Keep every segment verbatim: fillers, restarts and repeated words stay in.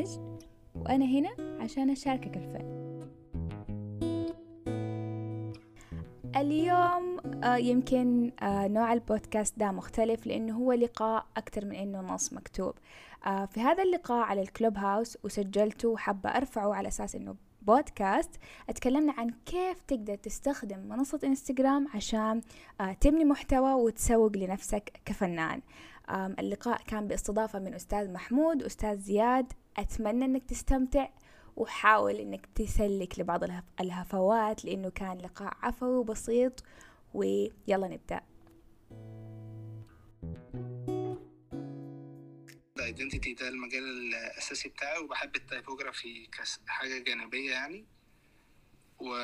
مجد، وأنا هنا عشان أشاركك الفن. اليوم آه يمكن آه نوع البودكاست ده مختلف لأنه هو لقاء أكتر من أنه نص مكتوب. آه في هذا اللقاء على الكلوب هاوس وسجلته وحابة أرفعه على أساس أنه بودكاست. أتكلمنا عن كيف تقدر تستخدم منصة إنستغرام عشان آه تبني محتوى وتسوق لنفسك كفنان. آه اللقاء كان باستضافة من أستاذ محمود وأستاذ زياد. أتمنى أنك تستمتع وحاول انك تسلك لبعض الهفوات لانه كان لقاء عفوي وبسيط. ويلا نبدأ. الايدنتيتي ده المجال الاساسي بتاعي، وبحب التايبوجرافي كحاجه جانبيه يعني. و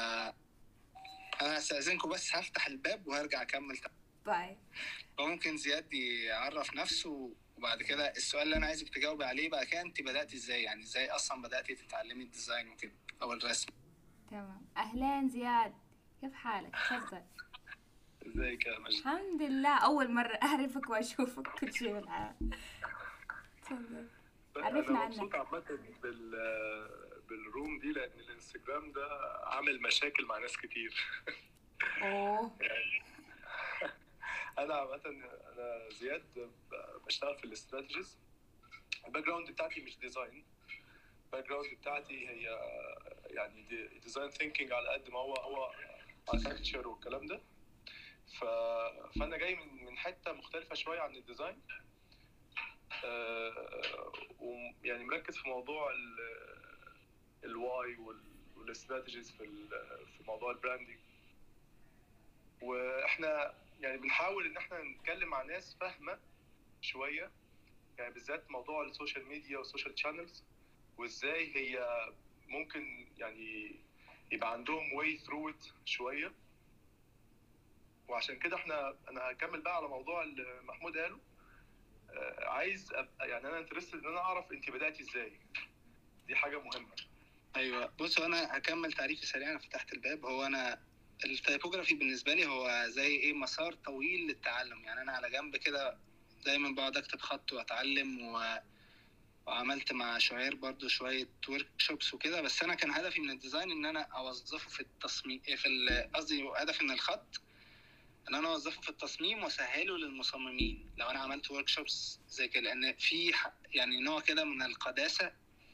انا هستأذنكم بس هفتح الباب وهرجع اكمل. باي. فممكن زياد يعرف نفسه وبعد كده السؤال اللي انا عايزك تجاوبي عليه بقى كان انت بدأتي ازاي، يعني ازاي اصلا بدأتي تتعلمي الديزاين وكده او الرسم. تمام. اهلين زياد، كيف حالك؟ تفضل. ازيك يا مجد؟ الحمد لله، اول مرة اعرفك واشوفك كل شيء بالحياة. تفضل عرفنا عنك. انا مبسوط عامه بال بالروم دي لان الانستجرام ده عامل مشاكل مع ناس كتير. اوه. يعني انا عامه انا زياد بشتغل في الاستراتيجيز. الباك جراوند بتاعتي مش ديزاين، الباك جراوند بتاعتي هي يعني ديزاين ثينكينج على قد ما هو هو اركتشر والكلام ده. ف... فانا جاي من من حته مختلفه شويه عن الديزاين. أه... ويعني مركز في موضوع الواي والاستراتيجيز في في موضوع البراندنج. واحنا يعني بنحاول ان احنا نتكلم مع ناس فاهمه شويه، يعني بالذات موضوع السوشيال ميديا والسوشيال شانلز، وازاي هي ممكن يعني يبقى عندهم واي ثرو ات شويه. وعشان كده احنا انا هكمل بقى على موضوع اللي محمود قاله. آه عايز ابقى يعني انا انترستد ان انا اعرف انت بداتي ازاي، دي حاجه مهمه. ايوه بصوا، انا هكمل تعريفي سريعا. انا فتحت الباب. هو انا التايبوجرافي بالنسبه لي هو زي ايه مسار طويل للتعلم. يعني انا على جنب كده دايما بقعد اكتب خط واتعلم و... وعملت مع شعير برضو شويه ورك شوبس وكده. بس انا كان هدفي من الديزاين ان انا اوظفه في التصميم، في قصدي هدفي من الخط ان انا اوظفه في التصميم واسهله للمصممين لو انا عملت ورك شوبس زي كده. لان في يعني نوع كده من القداسه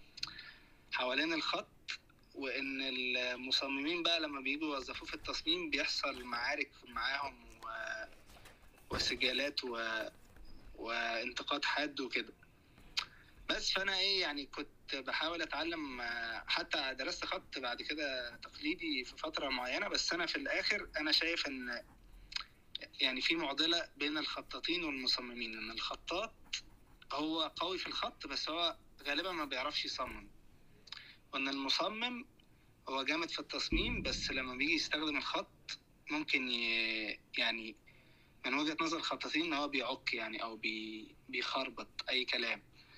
حوالين الخط، وان المصممين بقى لما بييجوا يوظفوه في التصميم بيحصل معارك معاهم و... وسجالات و... وانتقاد حاد وكده. بس فانا ايه يعني كنت بحاول اتعلم، حتى درست خط بعد كده تقليدي في فتره معينه. بس انا في الاخر انا شايف ان يعني في معضله بين الخطاطين والمصممين، ان الخطاط هو قوي في الخط بس هو غالبا ما بيعرفش يصمم، وان المصمم هو جامد في التصميم بس لما بيجي يستخدم الخط ممكن ي... يعني من وجهة نظر الخطاطين ان هو بيعك يعني او بي... بيخربط اي كلام.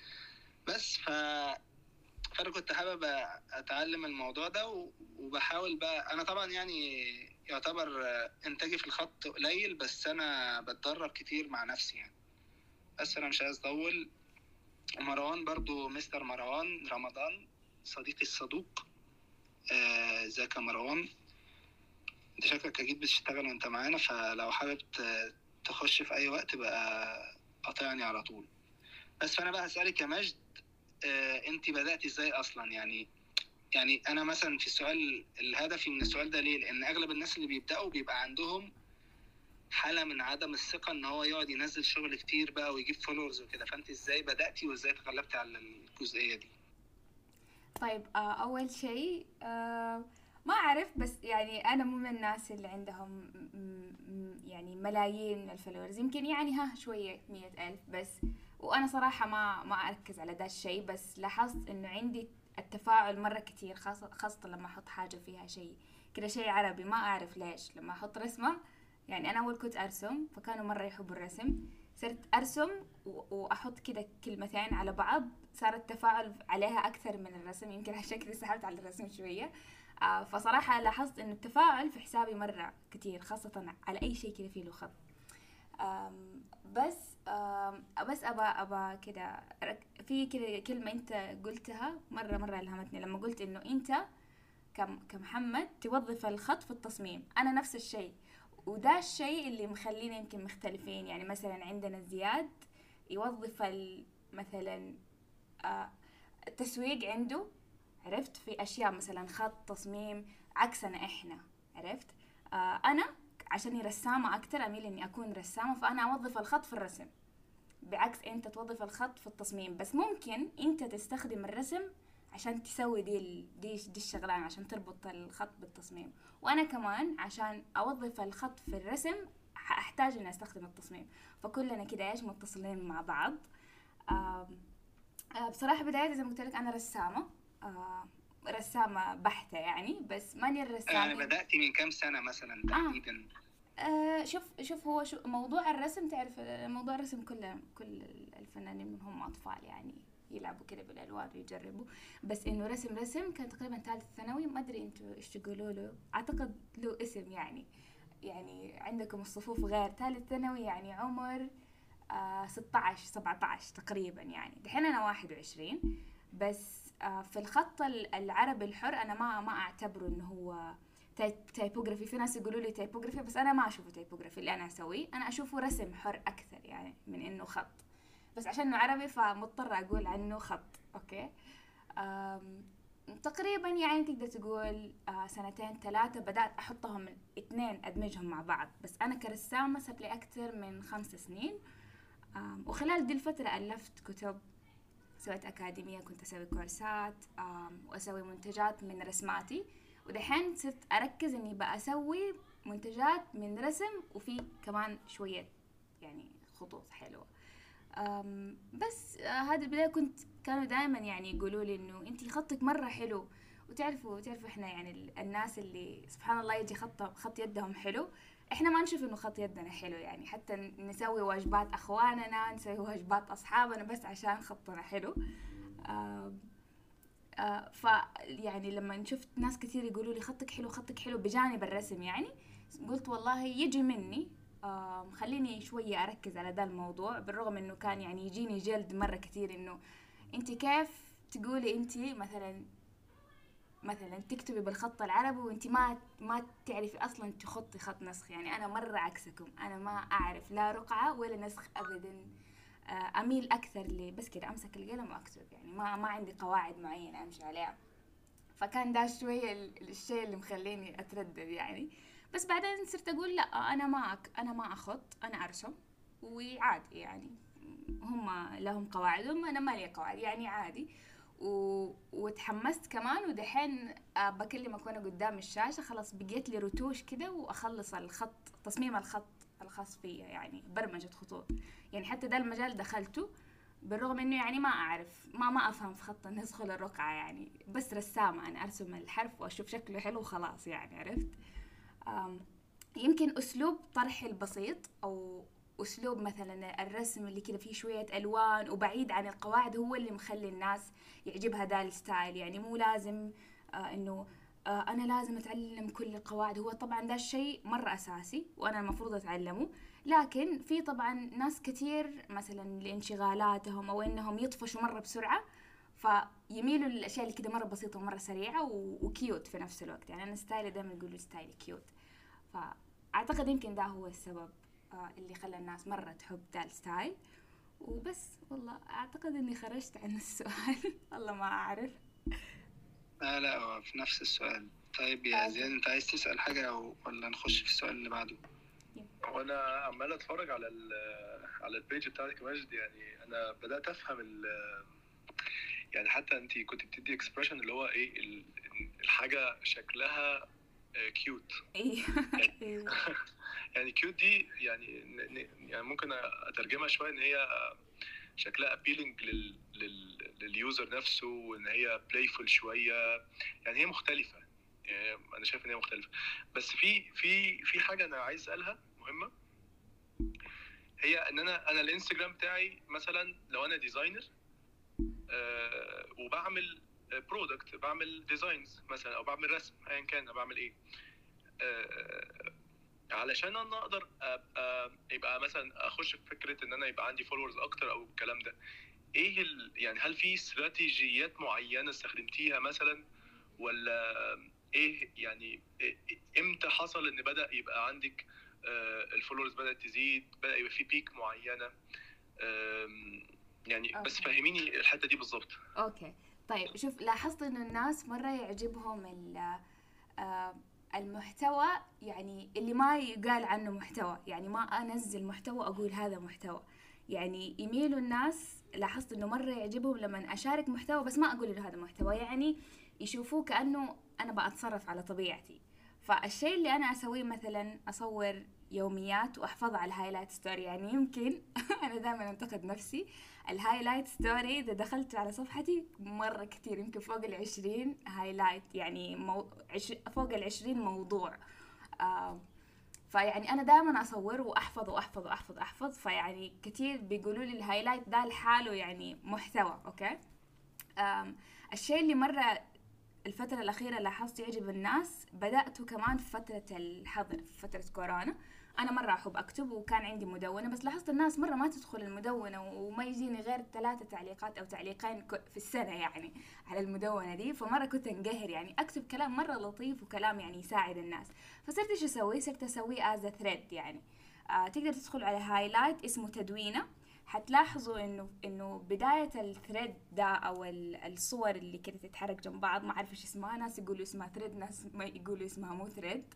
بس ف فانا كنت حابب اتعلم الموضوع ده و... وبحاول بقى. انا طبعا يعني يعتبر انتاجي في الخط قليل بس انا بتدرب كتير مع نفسي يعني. بس انا مش عايز اطول. مروان برضو مستر مروان رمضان صديقي الصدوق. ازيك آه يا مروان؟ انت شكلك اكيد بتشتغل وانت معانا، فلو حابب تخش في اي وقت بقى قاطعني على طول. بس فانا بقى هسألك يا مجد، اه انت بدأتي ازاي اصلا؟ يعني يعني انا مثلا في السؤال الهدفي من السؤال ده ليه؟ لان اغلب الناس اللي بيبدأوا بيبقى عندهم حالة من عدم الثقة ان هو يقعد ينزل شغل كتير بقى ويجيب فولورز وكده. فانت ازاي بدأتي وازاي تغلبتي على الجزئية دي؟ طيب آه اول شيء آه ما أعرف، بس يعني أنا مو من الناس اللي عندهم يعني ملايين من الفلورز. يمكن يعني ها شوية مية ألف بس. وأنا صراحة ما ما أركز على ده الشيء، بس لاحظت إنه عندي التفاعل مرة كتير، خاصة خاصة لما أحط حاجة فيها شيء كده شيء عربي. ما أعرف ليش لما أحط رسمة، يعني أنا أول كنت أرسم فكانوا مرة يحبوا الرسم، صرت أرسم وأحط كده كلمتين على بعض صار التفاعل عليها أكثر من الرسم. يمكن عشان كده سحبت على الرسم شوية. آه فصراحة لاحظت إنه التفاعل في حسابي مرة كتير، خاصة على أي شيء كده فيه له خط. بس بس أبى أبى كده في كده كلمة أنت قلتها مرة مرة ألهمتني لما قلت إنه أنت كم كمحمد توظف الخط في التصميم. أنا نفس الشيء، وده الشيء اللي مخلينا يمكن مختلفين. يعني مثلا عندنا زياد يوظف مثلا آه التسويق عنده، عرفت، في أشياء مثلا خط تصميم، عكسنا إحنا، عرفت. آه أنا عشان رسامة أكتر أميل إني أكون رسامة، فأنا أوظف الخط في الرسم، بعكس أنت توظف الخط في التصميم. بس ممكن أنت تستخدم الرسم عشان تسوي دي ال... دي دي الشغلان، عشان تربط الخط بالتصميم. وأنا كمان عشان أوظف الخط في الرسم أحتاج إني أستخدم التصميم، فكلنا كده إيش متصلين مع بعض. آه بصراحة بداية زي ما قلت لك أنا رسامة، آه رسامة بحتة يعني، بس ماني الرسامة. آه بدأتي من كام سنة مثلا تحديدا؟ آه. آه شوف شوف هو شو موضوع الرسم، تعرف موضوع الرسم كله كل الفنانين منهم أطفال يعني يلعبوا كده بالألوان ويجربوا. بس إنه رسم رسم كان تقريبا ثالث ثانوي، ما أدري أنتوا إيش تقولوا له، أعتقد له اسم يعني. يعني عندكم الصفوف غير، ثالث ثانوي يعني عمر آه ستة عشر سبعة عشر تقريبا يعني. دحين أنا واحد وعشرين. بس آه في الخط العربي الحر أنا ما ما أعتبره إنه هو تايبوغرافي. في ناس يقولوا لي تايبوغرافي، بس أنا ما أشوفه تايبوغرافي. اللي أنا أسويه أنا أشوفه رسم حر أكثر يعني من إنه خط، بس عشان إنه عربي فمضطرة أقول عنه خط. أوكي. تقريبا يعني تقدر تقول آه سنتين ثلاثة بدأت أحطهم اثنين أدمجهم مع بعض. بس أنا كرسامة صار لي أكثر من خمس سنين. وخلال دي الفترة ألفت كتب، سويت أكاديمية، كنت أسوي كورسات وأسوي منتجات من رسماتي. ودحين صرت أركز إني بقى أسوي منتجات من رسم، وفي كمان شوية يعني خطوط حلوة. بس هذه البداية كنت كانوا دائما يعني يقولوا لي إنه أنتي خطك مرة حلو. وتعرفوا تعرفوا إحنا يعني الناس اللي سبحان الله يجي خط خط يدهم حلو، إحنا ما نشوف إنه خط يدنا حلو يعني، حتى نسوي واجبات أخواننا، نسوي واجبات أصحابنا بس عشان خطنا حلو. آه آه ف يعني لما شفت ناس كثير يقولوا لي خطك حلو خطك حلو بجانب الرسم، يعني قلت والله يجي مني، آه خليني شوية أركز على ذا الموضوع. بالرغم إنه كان يعني يجيني جلد مرة كثير إنه أنت كيف تقولي أنت مثلا مثلا تكتبي بالخط العربي وانت ما ما تعرفي اصلا تخطي خط نسخ. يعني انا مره عكسكم، انا ما اعرف لا رقعه ولا نسخ ابدا. اميل اكثر لي بس كده امسك القلم واكتب، يعني ما ما عندي قواعد معينه امشي عليها. فكان ده شويه الشيء اللي مخليني اتردد يعني. بس بعدين صرت اقول لا، انا ما انا ما اخط، انا ارسم وعادي يعني. هم لهم قواعدهم، انا ما لي قواعد يعني عادي. و... وتحمست كمان، ودحين بكلمك وانا قدام الشاشة خلاص بقيت لي رتوش كده واخلص الخط، تصميم الخط الخاص فيا يعني برمجة خطوط. يعني حتى ده المجال دخلته بالرغم انه يعني ما اعرف ما ما افهم في خط النسخ ولا الرقعة يعني، بس رسامة انا ارسم الحرف واشوف شكله حلو وخلاص يعني، عرفت. يمكن اسلوب طرحي البسيط او أسلوب مثلا الرسم اللي كده فيه شوية ألوان وبعيد عن القواعد هو اللي مخلي الناس يعجبها دا الستايل. يعني مو لازم آه إنه آه أنا لازم أتعلم كل القواعد، هو طبعا دا الشيء مرة أساسي وأنا المفروض أتعلمه. لكن في طبعا ناس كتير مثلا لانشغالاتهم أو إنهم يطفشوا مرة بسرعة، فيميلوا للأشياء اللي كده مرة بسيطة ومرة سريعة وكيوت في نفس الوقت. يعني أنا ستايلي دايما يقولوا ستايلي كيوت، فأعتقد يمكن ده هو السبب اللي خلى الناس مرة تحب دا الستايل. وبس والله أعتقد إني خرجت عن السؤال والله ما أعرف. آه لا هو في نفس السؤال. طيب يا زياد أنت عايز تسأل حاجة أو ولا نخش في السؤال اللي بعده؟ وأنا عمال أتفرج على ال على البيج بتاعتك ماجد، يعني أنا بدأت أفهم ال يعني حتى أنت كنت بتدي إكسبريشن اللي هو إيه الحاجة شكلها كيوت. يعني كيوت دي يعني يعني ممكن اترجمها شويه ان هي شكلها ابيلينج لل لل لليوزر نفسه، وان هي بلايفول شويه، يعني هي مختلفه. يعني انا شايف ان هي مختلفه. بس في في في حاجه انا عايز اسالها مهمه، هي ان انا انا الانستجرام بتاعي مثلا لو انا ديزاينر أه وبعمل برودكت، بعمل ديزاينز مثلا او بعمل رسم ايا كان انا بعمل ايه، أه علشان انا اقدر ابقى يبقى مثلا اخش في فكره ان انا يبقى عندي فولورز اكتر او الكلام ده، ايه ال... يعني هل في استراتيجيات معينه استخدمتيها مثلا، ولا ايه يعني إيه- امتى حصل ان بدا يبقى عندك الفولورز بدات تزيد، بدا يبقى في بيك معينه؟ آم، يعني بس أوكي. فهميني الحته دي بالظبط. اوكي طيب شوف، لاحظت انه الناس مرة يعجبهم ال- آه، المحتوى يعني اللي ما يقال عنه محتوى، يعني ما انزل محتوى اقول هذا محتوى. يعني يميلوا الناس، لاحظت انه مرة يعجبهم لما اشارك محتوى بس ما اقول انه هذا محتوى، يعني يشوفوه كأنه انا بأتصرف على طبيعتي. فالشيء اللي انا اسويه مثلا اصور يوميات واحفظها على الهايلايت ستوري. يعني يمكن انا دائما انتقد نفسي، الهايلايت ستوري اذا دخلت على صفحتي مرة كتير، يمكن فوق العشرين هايلايت، يعني مو... عش... فوق العشرين موضوع. آه فيعني انا دائما اصور واحفظ واحفظ واحفظ احفظ، فيعني كتير بيقولوا لي الهايلايت ده لحاله يعني محتوى. اوكي. آم الشيء اللي مرة الفترة الأخيرة لاحظت يعجب الناس، بدأته كمان في فترة الحظر، في فترة كورونا. أنا مرة أحب أكتب وكان عندي مدونة، بس لاحظت الناس مرة ما تدخل المدونة وما يجيني غير ثلاثة تعليقات أو تعليقين في السنة يعني على المدونة دي. فمرة كنت انقهر، يعني أكتب كلام مرة لطيف وكلام يعني يساعد الناس. فصرت إيش أسوي؟ صرت أسويه as a thread يعني. آه تقدر تدخل على هايلايت اسمه تدوينة، حتلاحظوا انه انه بدايه الثريد ده او الصور اللي كده تتحرك جنب بعض، ما اعرف ايش اسمها، ناس يقولوا اسمها ثريد، ناس ما يقولوا اسمها مو ثريد.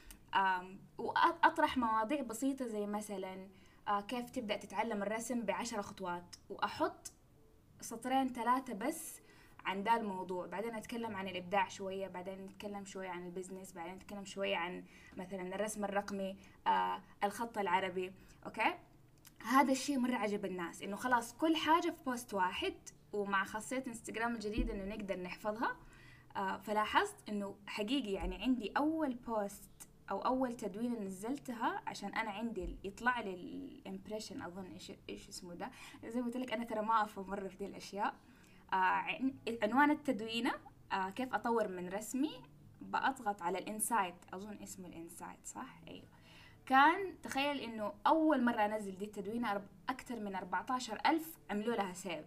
واطرح مواضيع بسيطه زي مثلا آه كيف تبدا تتعلم الرسم بعشر خطوات، واحط سطرين ثلاثه بس عن ده الموضوع. بعدين اتكلم عن الابداع شويه، بعدين نتكلم شويه عن البزنس، بعدين نتكلم شويه عن مثلا الرسم الرقمي، آه الخط العربي. اوكي. هذا الشيء مرة عجب الناس، انه خلاص كل حاجة في بوست واحد، ومع خاصية انستغرام الجديدة انه نقدر نحفظها. آه فلاحظت انه حقيقي يعني عندي اول بوست او اول تدوينة نزلتها عشان انا عندي يطلع لي الامبريشن، اظن ايش ايش اسمه ده. زي ما قلت لك انا ترى ما افهم مرة في دي الاشياء. آه عنوان التدوينة آه كيف اطور من رسمي، بأضغط على الانسايت، اظن اسمه الانسايت صح؟ ايوه. كان تخيل انه اول مرة انزل دي التدوينة اكثر من أربعتاشر ألف عملوا لها سيف،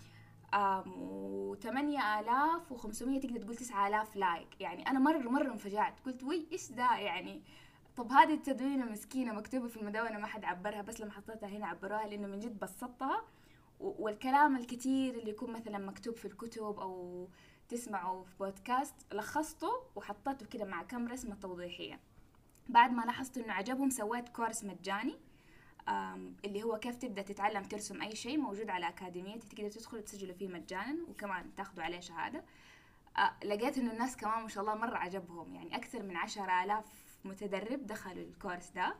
و ثمانية آلاف وخمسمية تقدر تقول تسعة آلاف لايك. يعني انا مرة مرة انفجعت، قلت وي ايش ده يعني. طب هذه التدوينة مسكينة مكتوبة في المدونة ما حد عبرها، بس لما حطيتها هنا عبروها لانه من جد بسطتها. والكلام الكتير اللي يكون مثلا مكتوب في الكتب او تسمعه في بودكاست لخصته وحطيته كده مع كم رسمة توضيحية. بعد ما لاحظت انه عجبهم سويت كورس مجاني اللي هو كيف تبدأ تتعلم ترسم أي شيء، موجود على أكاديميتي، تقدر تدخل تسجلوا فيه مجانا وكمان تاخذوا عليه شهادة. أه لقيت إنه الناس كمان ما شاء الله مرة عجبهم، يعني أكثر من عشرة آلاف متدرب دخلوا الكورس ده.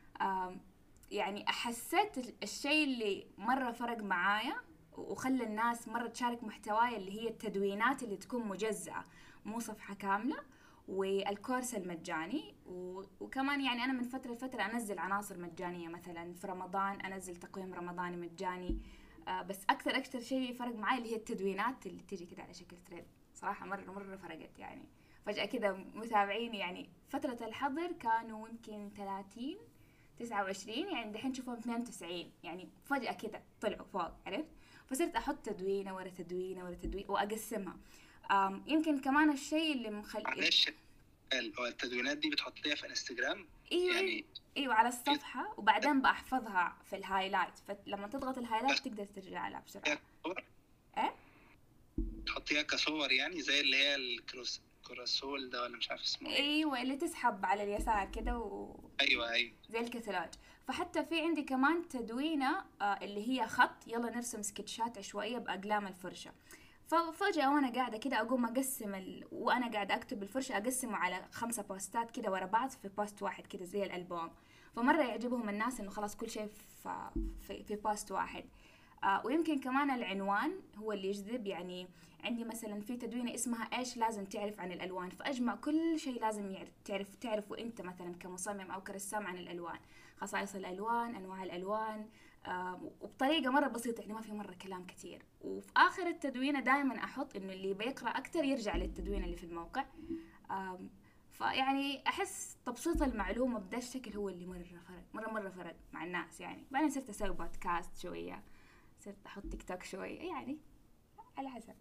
يعني أحسيت الشيء اللي مرة فرق معايا وخلى الناس مرة تشارك محتواي اللي هي التدوينات اللي تكون مجزأة مو صفحة كاملة، والكورس المجاني. وكمان يعني أنا من فترة لفترة أنزل عناصر مجانية، مثلا في رمضان أنزل تقويم رمضاني مجاني. آه بس أكثر أكثر شيء فرق معي اللي هي التدوينات اللي تيجي كده على شكل ثريد، صراحة مرة مرة فرقت. يعني فجأة كده متابعين يعني فترة الحظر كانوا يمكن ثلاثين تسعة وعشرين، يعني دحين نشوفهم اثنين وتسعين، يعني فجأة كده طلعوا فوق، عرفت؟ فصرت أحط تدوينة ورا تدوينة ورا تدوينة وأقسمها. يمكن كمان الشيء اللي مخلي معلش، هو التدوينات دي بتحطيها في انستجرام؟ ايوه يعني ايوه على الصفحة، وبعدين بحفظها في الهايلايت، فلما تضغط الهايلايت تقدر ترجع لها بسرعة. ايه تحطيها كصور يعني زي اللي هي الكروس كراسول ده ولا مش عارف اسمه ايه؟ ايوه اللي تسحب على اليسار كده و... ايوه ايوه زي الكتالوج. فحتى في عندي كمان تدوينة آه اللي هي خط، يلا نرسم سكتشات عشوائية بأقلام الفرشة. ففجأة وانا قاعدة كده اقوم اقسم ال... وانا قاعدة اكتب الفرشة اقسمه على خمسة بوستات كده ورا بعض في بوست واحد كده زي الالبوم. فمرة يعجبهم الناس انه خلاص كل شيء في في, في بوست واحد. آه ويمكن كمان العنوان هو اللي يجذب. يعني عندي مثلا في تدوينة اسمها ايش لازم تعرف عن الالوان، فاجمع كل شيء لازم تعرف تعرفه انت مثلا كمصمم او كرسام عن الالوان، خصائص الالوان، انواع الالوان، آه وبطريقة مرة بسيطة، يعني ما في مرة كلام كتير. وفي آخر التدوينة دائما أحط إنه اللي بيقرأ أكتر يرجع للتدوينة اللي في الموقع. آه فيعني أحس تبسيط المعلومة بدا الشكل هو اللي مرة فرق، مرة مرة فرق مع الناس. يعني بعدين صرت أسوي بودكاست شوية، صرت احط تيك توك شويه يعني على حسب.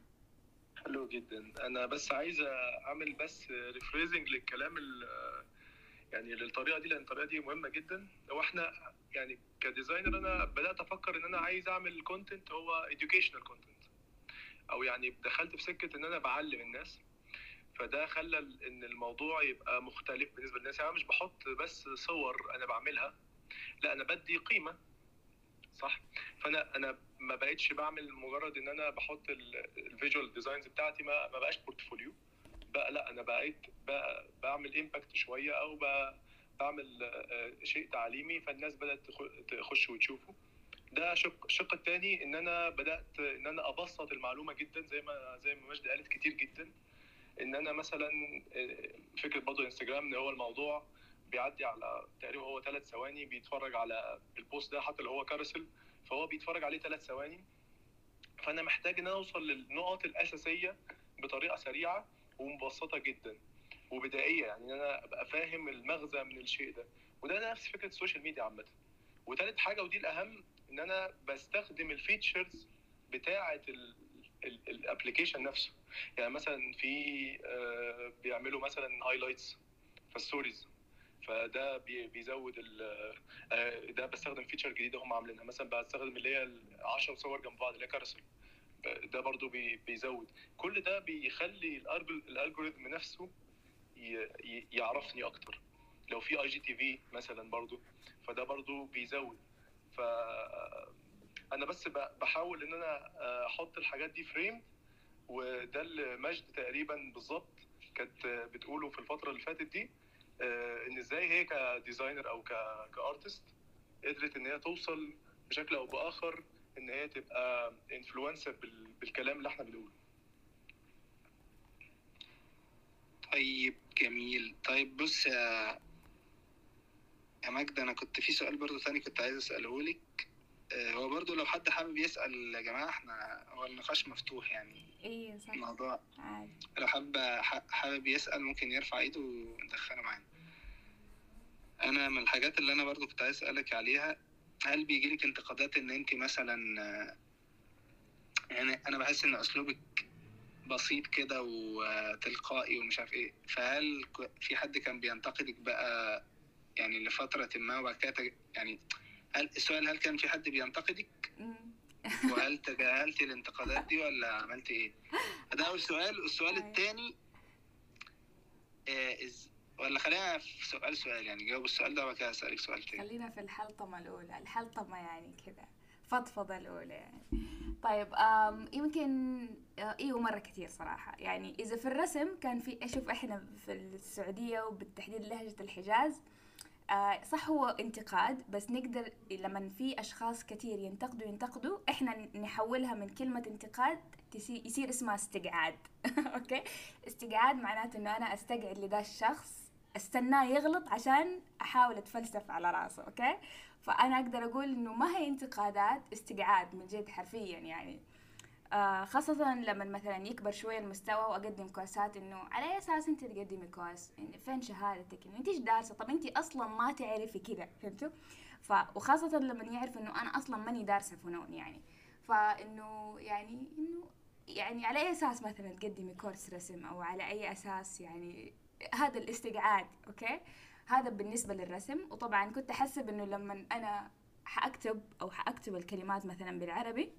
حلو جدا. انا بس عايز اعمل بس ريفريزنج للكلام ال- يعني للطريقه دي، لان الطريقه دي مهمه جدا. هو احنا يعني كديزاينر انا بدات افكر ان انا عايز اعمل كونتنت هو educational كونتنت، او يعني دخلت في سكه ان انا بعلم الناس. فده خلى ال- ان الموضوع يبقى مختلف بالنسبه للناس. يعني أنا مش بحط بس صور انا بعملها، لا انا بدي قيمه، صح؟ فانا انا ما بقتش بعمل مجرد ان انا بحط الفيجوال ديزاينز بتاعتي، ما ما بقاش بورتفوليو بقى، لا انا بقيت بقى بعمل امباكت شويه، او بقى بعمل آه، شيء تعليمي، فالناس بدات تخ- تخش وتشوفه. ده شق الشق الثاني، ان انا بدات ان انا ابسط المعلومه جدا، زي ما زي ما مجدي قالت كتير جدا. ان انا مثلا آه، فكره برضه انستجرام ان هو الموضوع بيعدي على تقريبا هو ثلاث ثواني، بيتفرج على البوست ده حتى لو هو كارسل، فهو بيتفرج عليه ثلاث ثواني. فانا محتاج ان انا اوصل للنقط الاساسيه بطريقه سريعه ومبسطه جدا وبدائيه، يعني ان انا ابقى فاهم المغزى من الشيء ده. وده نفس فكره السوشيال ميديا عامه. وثالث حاجه ودي الاهم، ان انا بستخدم الفيتشرز بتاعه الابلكيشن نفسه. يعني مثلا في آه، بيعملوا مثلا هايلايتس في الستوريز، فده بي- بيزود ال- آه، ده بستخدم فيتشر جديده هم عاملينها. مثلا بستخدم اللي هي عشر صور جنب بعض اللي هي كارسل، ده برضو بي- بيزود. كل ده بيخلي الألجو- الالجوريثم نفسه ي- ي- يعرفني اكتر. لو في اي جي تي في مثلا برضو، فده برضو بيزود. ف انا بس ب- بحاول ان انا احط الحاجات دي فريم. وده اللي مجد تقريبا بالظبط كانت بتقوله في الفتره اللي فاتت دي، آه، ان ازاي هي كديزاينر او ك- كارتست قدرت ان هي توصل بشكل او باخر ان هي تبقى انفلونسر بالكلام اللي احنا بنقوله. طيب جميل. طيب بص يا يا مجد، انا كنت في سؤال برضو ثاني كنت عايز اساله لك. آه، هو برضو لو حد حابب يسال يا جماعه، احنا هو النقاش مفتوح يعني. ايه صح الموضوع عادي. لو حابب حابب يسال ممكن يرفع ايده وندخله معانا. انا من الحاجات اللي انا برضو كنت عايز اسالك عليها، هل بيجي لك انتقادات ان انت مثلا آه، يعني انا بحس ان اسلوبك بسيط كده وتلقائي ومش عارف ايه، فهل ك- في حد كان بينتقدك بقى يعني لفترة ما وبعد كده تج- يعني هل السؤال هل كان في حد بينتقدك مم. وهل تجاهلتي الانتقادات دي ولا عملتي ايه؟ ده اول سؤال. والسؤال أيوة. الثاني آه إز ولا خلينا في سؤال سؤال يعني جاوب السؤال ده وبعد كده اسالك سؤال تاني. خلينا في الحلطمة الأولى، الحلطمة يعني كذا فضفضة الأولى يعني. طيب آم يمكن آه، ايوه مرة كتير صراحة. يعني إذا في الرسم كان في، أشوف إحنا في السعودية وبالتحديد لهجة الحجاز، آه صح هو انتقاد، بس نقدر لما في أشخاص كتير ينتقدوا ينتقدوا إحنا نحولها من كلمة انتقاد تسي- يصير اسمها استقعاد. أوكي، استقعاد معناته إنه أنا أستقعد لذا الشخص، استناه يغلط عشان أحاول أتفلسف على راسه. أوكي، فأنا أقدر أقول إنه ما هي انتقادات، استقعاد من جد حرفيا يعني. آه خاصة لما مثلا يكبر شوية المستوى وأقدم كورسات، إنه على أي أساس أنت تقدمي كورس؟ يعني فين شهادتك؟ إنه أنت إيش دارسة؟ طب أنت أصلا ما تعرفي كذا، فهمتوا؟ ف وخاصة لما يعرف إنه أنا أصلا ماني دارسة فنون يعني. فإنه يعني إنه يعني على أي أساس مثلا تقدمي كورس رسم، أو على أي أساس يعني؟ هذا الاستقعاد. أوكي، هذا بالنسبة للرسم. وطبعا كنت أحسب إنه لما أنا حأكتب أو حأكتب الكلمات مثلا بالعربي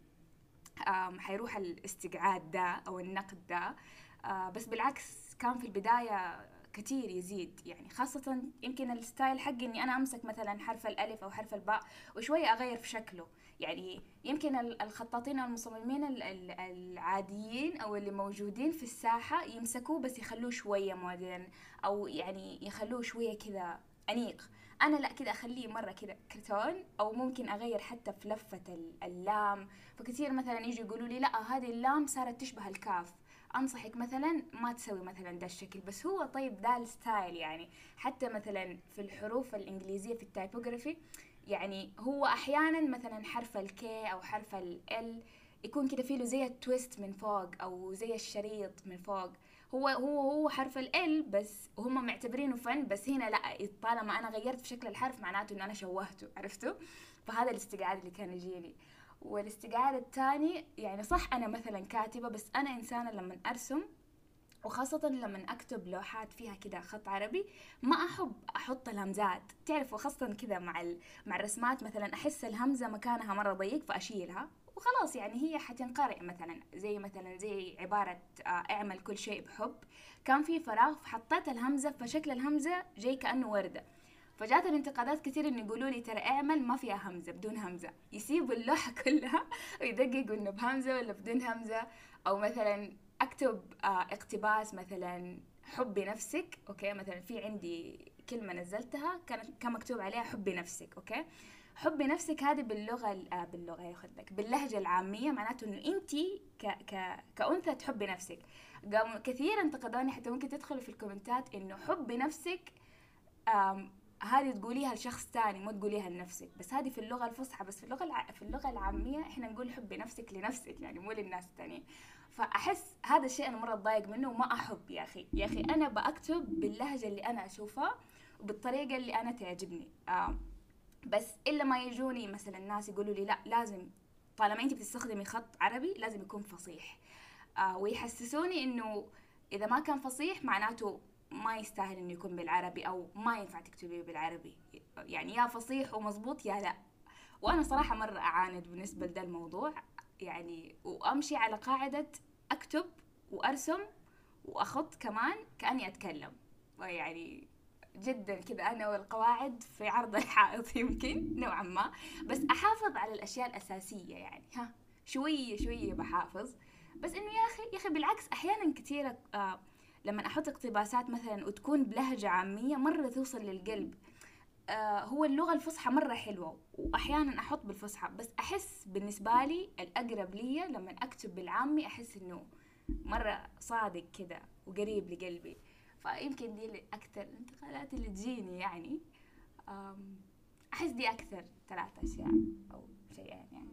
آم، حيروح الاستقعاد ده أو النقد ده. آه، بس بالعكس كان في البداية كتير يزيد يعني. خاصة يمكن الستايل حقي إني أنا أمسك مثلا حرف الألف أو حرف الباء وشوية أغير في شكله. يعني يمكن ال- الخطاطين والمصممين ال- ال- العاديين أو اللي موجودين في الساحة يمسكوه بس يخلوه شوية مودرن، أو يعني يخلوه شوية كذا أنيق. أنا لا، كذا أخليه مرة كذا كرتون، أو ممكن أغير حتى في لفة ال- اللام. فكثير مثلا يجوا يقولوا لي لا هذه اللام صارت تشبه الكاف، انصحك مثلا ما تسوي مثلا ده الشكل. بس هو طيب ده الستايل يعني. حتى مثلا في الحروف الانجليزيه في التايبوغرافي، يعني هو احيانا مثلا حرف الكي او حرف ال يكون كده فيه له زي التويست من فوق او زي الشريط من فوق. هو هو هو حرف ال بس هم معتبرينه فن، بس هنا لا، طالما انا غيرت في شكل الحرف معناته انه انا شوهته، عرفتوا؟ فهذا الاستقعاد اللي كان يجيني. والاستقعاد الثاني يعني صح أنا مثلا كاتبة، بس أنا إنسانة لما أرسم وخاصة لما أكتب لوحات فيها كده خط عربي ما أحب أحط الهمزات، تعرفوا خاصة كده مع ال... مع الرسمات مثلا أحس الهمزة مكانها مرة ضيق فأشيلها وخلاص، يعني هي حتنقرأ مثلا زي مثلا زي عبارة آه، اعمل كل شيء بحب، كان في فراغ فحطيت الهمزة فشكل الهمزة جاي كأنه وردة، فجات الانتقادات كثير انه يقولوا لي ترى اعمل ما فيها همزة بدون همزة، يسيبوا اللوحة كلها ويدققوا انه بهمزة ولا بدون همزة. او مثلا اكتب آه اقتباس مثلا حبي نفسك، اوكي مثلا في عندي كلمة نزلتها كان كان مكتوب عليها حبي نفسك، اوكي حبي نفسك هذه باللغة ال- آه باللغة ياخذ لك باللهجة العامية معناته انه انتي ك ك كأنثى تحبي نفسك. قاموا كثير انتقدوني حتى ممكن تدخلوا في الكومنتات انه حبي نفسك آم، هذه تقوليها لشخص تاني مو تقوليها لنفسك، بس هذه في اللغة الفصحى، بس في اللغة الع... في اللغة العامية احنا نقول حبي نفسك لنفسك يعني مو للناس التانيين. فأحس هذا الشيء أنا مرة أتضايق منه وما أحب، يا أخي يا أخي أنا بأكتب باللهجة اللي أنا أشوفها وبالطريقة اللي أنا تعجبني. آم، بس إلا ما يجوني مثلا الناس يقولوا لي لا لازم طالما أنت بتستخدمي خط عربي لازم يكون فصيح، آه ويحسسوني إنه إذا ما كان فصيح معناته ما يستاهل إنه يكون بالعربي أو ما ينفع تكتبيه بالعربي، يعني يا فصيح ومزبوط يا لا. وأنا صراحة مرة أعاند بالنسبة لده الموضوع يعني، وأمشي على قاعدة أكتب وأرسم وأخط كمان كأني أتكلم، ويعني جدا كذا أنا والقواعد في عرض الحائط يمكن نوعا ما، بس أحافظ على الأشياء الأساسية يعني ها شوية شوية بحافظ. بس إنه يا أخي يا أخي بالعكس أحيانا كثيرة آه لما أحط اقتباسات مثلا وتكون بلهجة عامية مرة توصل للقلب. آه هو اللغة الفصحى مرة حلوة وأحيانا أحط بالفصحى، بس أحس بالنسبة لي الأقرب لي لما أكتب بالعامي أحس إنه مرة صادق كده وقريب لقلبي. فيمكن دي اللي أكثر الانتقادات اللي تجيني يعني. آم، أحس دي أكثر ثلاث أشياء أو شيئين يعني.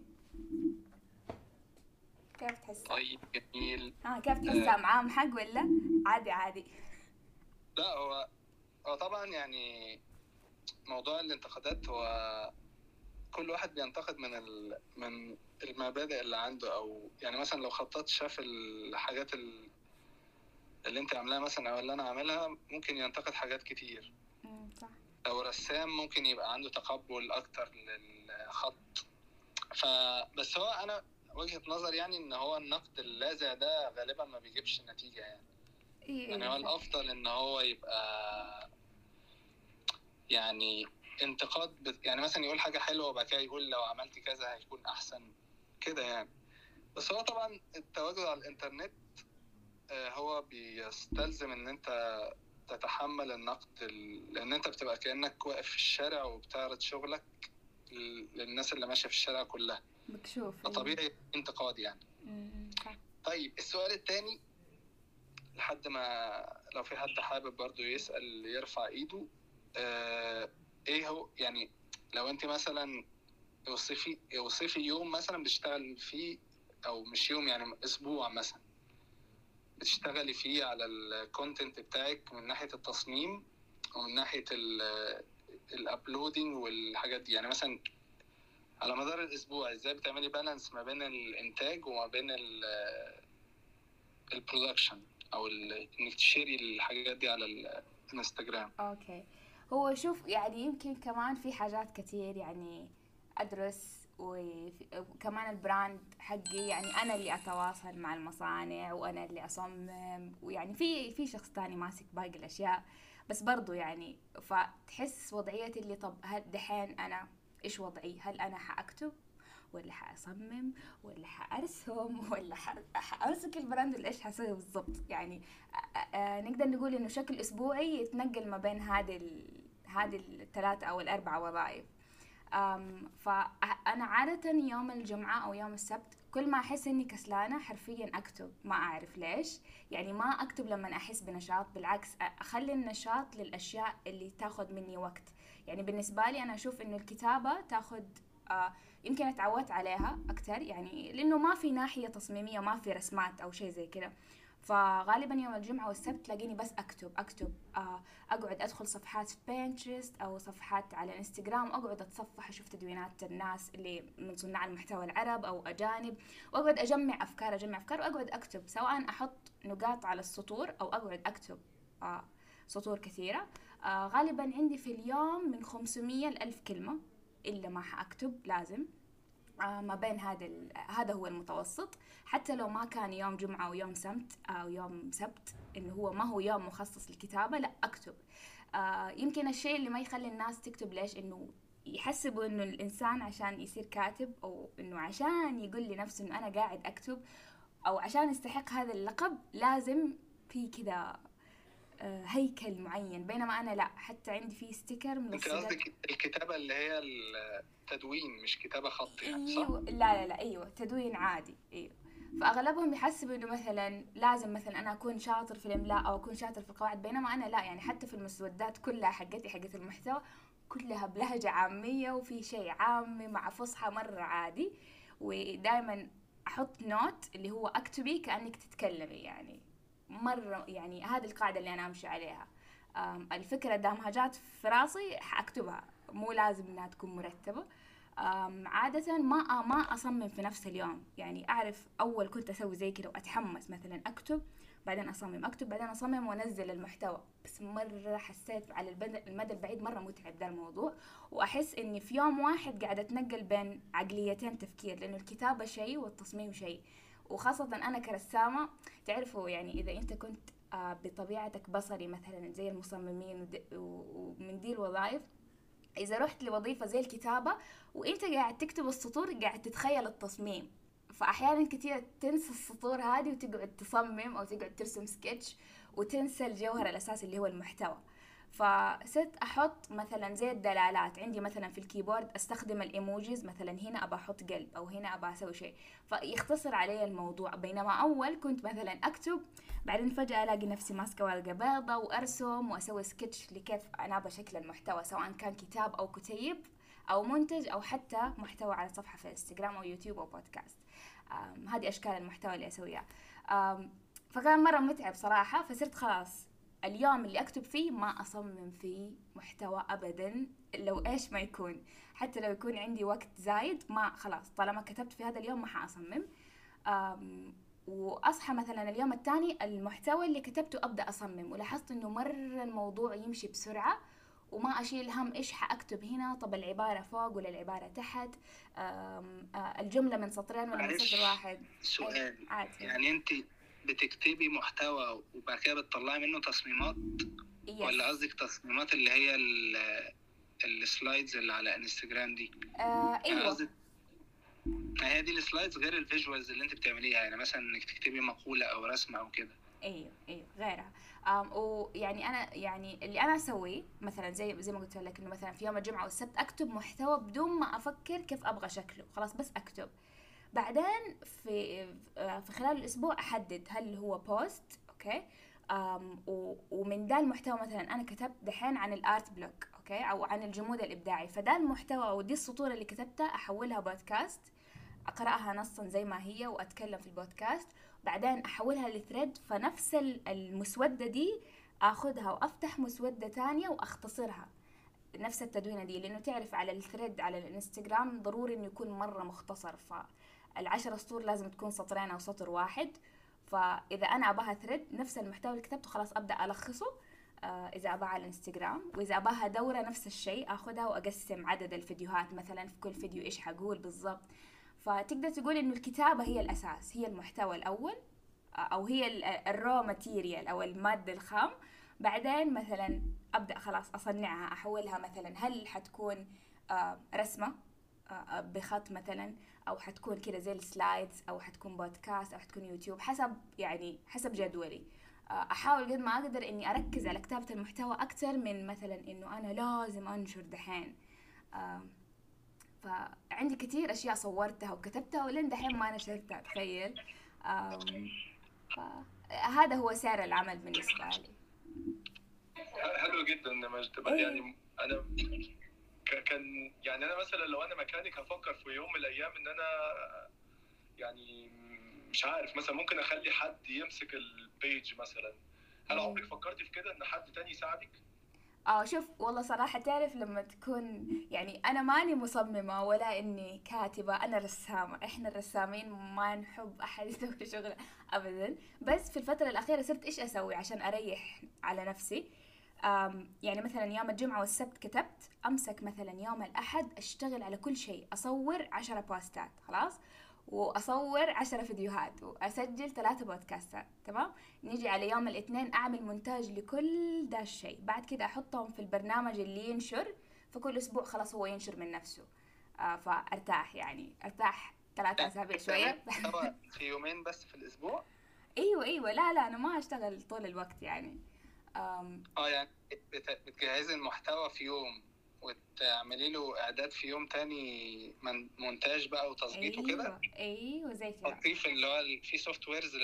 كيف تحسها؟ طيب جميل. ها كيف تحسها معاهم حق ولا عادي عادي؟ لا هو هو طبعا يعني موضوع الانتقادات هو كل واحد بينتقد من ال... من المبادئ اللي عنده، او يعني مثلا لو خطط شاف الحاجات ال- اللي انت عاملاها مثلا او اللي انا عاملها ممكن ينتقد حاجات كتير. امم صح. لو رسام ممكن يبقى عنده تقبل اكتر للخط. فبس هو انا وجهة نظر يعني ان هو النقد اللاذع ده غالبا ما بيجيبش نتيجة يعني. إيه يعني إيه هو صح. الافضل ان هو يبقى يعني انتقاد بت... يعني مثلا يقول حاجة حلوة وبعد كده يقول لو عملت كذا هيكون احسن كده يعني. بس هو طبعا التواجد على الانترنت آه، هو بيستلزم ان انت تتحمل النقد ال- لان انت بتبقى كأنك واقف في الشارع وبتعرض شغلك ل- للناس اللي ماشية في الشارع كلها، مكشوف. فطبيعي انتقاد يعني. امم صح. طيب السؤال الثاني لحد ما لو في حد حابب برضو يسأل يرفع ايده. آه ايه هو يعني لو انت مثلا اوصفي اوصفي يوم مثلا بتشتغل فيه، او مش يوم يعني اسبوع مثلا بتشتغلي فيه على الكونتنت بتاعك من ناحية التصميم ومن ناحية الابلودينج والحاجات دي، يعني مثلا على مدار الاسبوع ازاي بتعملي بالانس ما بين الانتاج وما بين البرودكشن او ال- انك تشيري الحاجات دي على الانستغرام. اوكي. هو شوف يعني يمكن كمان في حاجات كتير يعني ادرس، وفي- وكمان البراند حقي يعني انا اللي اتواصل مع المصانع وانا اللي اصمم، ويعني في في شخص تاني ماسك باقي الاشياء، بس برضو يعني فتحس وضعية اللي طب هل دحين انا ايش وضعي؟ هل انا حاكتب ولا حاصمم ولا حارسم ولا ح- حامسك البراند ولا ايش حسوي بالضبط يعني. آه، آه، نقدر نقول انه شكل اسبوعي يتنقل ما بين هذه ال... هذه الثلاثة او الاربع وظائف. أم، فانا عادة يوم الجمعة او يوم السبت كل ما احس اني كسلانة حرفيا اكتب، ما اعرف ليش يعني. ما اكتب لما احس بنشاط، بالعكس اخلي النشاط للاشياء اللي تاخذ مني وقت. يعني بالنسبة لي انا اشوف انه الكتابة تاخذ آه يمكن اتعودت عليها اكتر يعني، لانه ما في ناحية تصميمية وما في رسمات او شيء زي كده. فغالبا يوم الجمعة والسبت تلاقيني بس أكتب أكتب آه، أقعد أدخل صفحات في بينترست أو صفحات على انستغرام، أقعد أتصفح أشوف تدوينات الناس اللي من صناع المحتوى العرب أو أجانب، وأقعد أجمع أفكار أجمع أفكار وأقعد أكتب، سواء أحط نقاط على السطور أو أقعد أكتب آه سطور كثيرة. آه غالبا عندي في اليوم من خمسمية لألف كلمة إلا ما حأكتب لازم. آه ما بين هذا هذا هو المتوسط، حتى لو ما كان يوم جمعة ويوم سبت أو يوم سبت، إنه هو ما هو يوم مخصص للكتابة، لا أكتب. آه يمكن الشيء اللي ما يخلي الناس تكتب ليش؟ إنه يحسبوا إنه الإنسان عشان يصير كاتب، أو إنه عشان يقول لنفسه إنه أنا قاعد أكتب، أو عشان يستحق هذا اللقب لازم في كذا آه هيكل معين، بينما أنا لا، حتى عندي فيه ستيكر انت ملصقات. قصدك الكتابه اللي هي التدوين مش كتابه خط يعني، صح؟ ايوه، لا لا لا، ايوه تدوين عادي، ايوه. فاغلبهم يحسبوا انه مثلا لازم مثلا انا اكون شاطر في الاملاء او اكون شاطر في القواعد، بينما انا لا، يعني حتى في المسودات كلها حقتي حقت المحتوى كلها بلهجة عامية، وفي شيء عامي مع فصحى مرة عادي. ودائما احط نوت اللي هو اكتبي كأنك تتكلمي، يعني مرة، يعني هذه القاعدة اللي انا امشي عليها. أم، الفكرة دامها جات في راسي حاكتبها، مو لازم انها تكون مرتبة. أم، عادة ما ما أصمم في نفس اليوم، يعني أعرف أول كنت أسوي زي كده وأتحمس مثلا أكتب، بعدين أصمم أكتب بعدين أصمم وأنزل المحتوى، بس مرة حسيت على البد- المدى البعيد مرة متعب ده الموضوع، وأحس إني في يوم واحد قاعدة أتنقل بين عقليتين تفكير، لأنه الكتابة شيء والتصميم شيء. وخاصة أنا كرسامة، تعرفوا يعني إذا أنت كنت آه، بطبيعتك بصري مثلا زي المصممين ود- و- ومن دي الوظائف، إذا رحت لوظيفة زي الكتابة وانت قاعد تكتب السطور قاعد تتخيل التصميم، فأحيانا كتير تنسى السطور هذه وتقعد تصمم أو تقعد ترسم سكتش وتنسى الجوهر الأساسي اللي هو المحتوى. فصرت أحط مثلا زي الدلالات عندي، مثلا في الكيبورد أستخدم الإيموجيز، مثلا هنا أبى أحط قلب أو هنا أبى أسوي شيء، فيختصر علي الموضوع. بينما أول كنت مثلا أكتب بعدين فجأة ألاقي نفسي ماسكة ورقة بيضة وأرسم وأسوي سكتش لكيف أنا بشكل المحتوى، سواء كان كتاب أو كتيب أو منتج أو حتى محتوى على صفحة في انستغرام أو يوتيوب أو بودكاست. أم، هذه أشكال المحتوى اللي أسويها. أم، فكان مرة متعب صراحة، فصرت خلاص اليوم اللي أكتب فيه ما أصمم فيه محتوى أبدا، لو إيش ما يكون، حتى لو يكون عندي وقت زايد ما، خلاص طالما كتبت في هذا اليوم ما حأصمم. أم، واصحى مثلا اليوم الثاني المحتوى اللي كتبته ابدا اصمم، ولاحظت انه مره الموضوع يمشي بسرعه وما اشيل هم ايش حاكتب هنا، طب العباره فوق ولا العباره تحت، أم، آه، الجمله من سطرين ولا من سطر معلش واحد. أي، سؤال، عادي. يعني انت بتكتبي محتوى وبعد كده بتطلعي منه تصميمات، يس. ولا قصدك تصميمات اللي هي ال- السلايدز اللي على انستجرام دي؟ آه يعني ايوه. قصدك هي دي السلايدز غير الفيجوالز اللي انت بتعمليها، يعني مثلا انك تكتبي مقولة او رسمة او كده؟ ايوه ايوه غيرها. أم ويعني انا يعني اللي انا اسويه مثلا زي زي ما قلت لك، انه مثلا في يوم الجمعه والسبت اكتب محتوى بدون ما افكر كيف ابغى شكله، خلاص بس اكتب. بعدين في في خلال الاسبوع احدد هل هو بوست، اوكي، أم و- ومن ده المحتوى مثلا انا كتبت دحين عن الارت بلوك، اوكي، او عن الجمود الابداعي، فده المحتوى او دي السطور اللي كتبتها احولها بودكاست، اقراها نصا زي ما هي واتكلم في البودكاست، بعدين احولها لثريد، فنفس ال- المسودة دي اخذها وافتح مسودة تانية واختصرها نفس التدوينة دي، لانه تعرف على الثريد على الانستغرام ضروري انه يكون مرة مختصر، فالعشر سطور لازم تكون سطرين او سطر واحد. فاذا انا اباها ثريد نفس المحتوى اللي كتبته خلاص ابدا الخصه. آه، اذا اباها على الانستغرام، واذا اباها دوره نفس الشيء اخذها واقسم عدد الفيديوهات مثلا في كل فيديو ايش حقول بالضبط. فتقدر تقول انه الكتابه هي الاساس، هي المحتوى الاول، آه، او هي الرو ماتيريال او الماده الخام. بعدين مثلا ابدا خلاص اصنعها احولها، مثلا هل حتكون آه، رسمه آه، بخط مثلا، او حتكون كده زي السلايدز، او حتكون بودكاست، او حتكون يوتيوب، حسب يعني حسب جدولي. آه، احاول قد ما اقدر اني اركز على كتابة المحتوى اكثر من مثلا انه انا لازم انشر دحين. آه، فعندي كتير اشياء صورتها وكتبتها ولين دحين ما نشرتها، تخيل. آم، فهذا هو سعر العمل بالنسبة لي. حلو جدا يا مجد. إيه. يعني انا ك- كان يعني انا مثلا لو انا مكانك هفكر في يوم من الايام ان انا يعني مش عارف مثلا ممكن اخلي حد يمسك البيج مثلا. هل أيوة. عمرك فكرتي في كده ان حد تاني يساعدك؟ اه شوف والله صراحة تعرف لما تكون يعني أنا ماني مصممة ولا إني كاتبة، أنا رسامة. إحنا الرسامين ما نحب أحد يسوي شغل أبدا. بس في الفترة الأخيرة صرت إيش أسوي عشان أريح على نفسي. أم يعني مثلا يوم الجمعة والسبت كتبت، أمسك مثلا يوم الأحد أشتغل على كل شيء، أصور عشرة بوستات خلاص، وأصور عشرة فيديوهات، وأسجل ثلاثة بودكاستات، تمام. نيجي على يوم الاثنين أعمل مونتاج لكل ده الشيء، بعد كده أحطهم في البرنامج اللي ينشر، فكل أسبوع خلاص هو ينشر من نفسه. آه فأرتاح يعني أرتاح ثلاثة أسابيع بتعملي شوية. محتوى في يومين بس في الاسبوع؟ أيوة أيوة، لا لا أنا ما أشتغل طول الوقت يعني. أم اه يعني بت- بتجهزي المحتوى في يوم وتعملي له اعداد في يوم تاني، من مونتاج بقى وتظبيط وكده. أيوة أيوة زي كده. تحطيه في اللي هو ال- في سوفت ويرز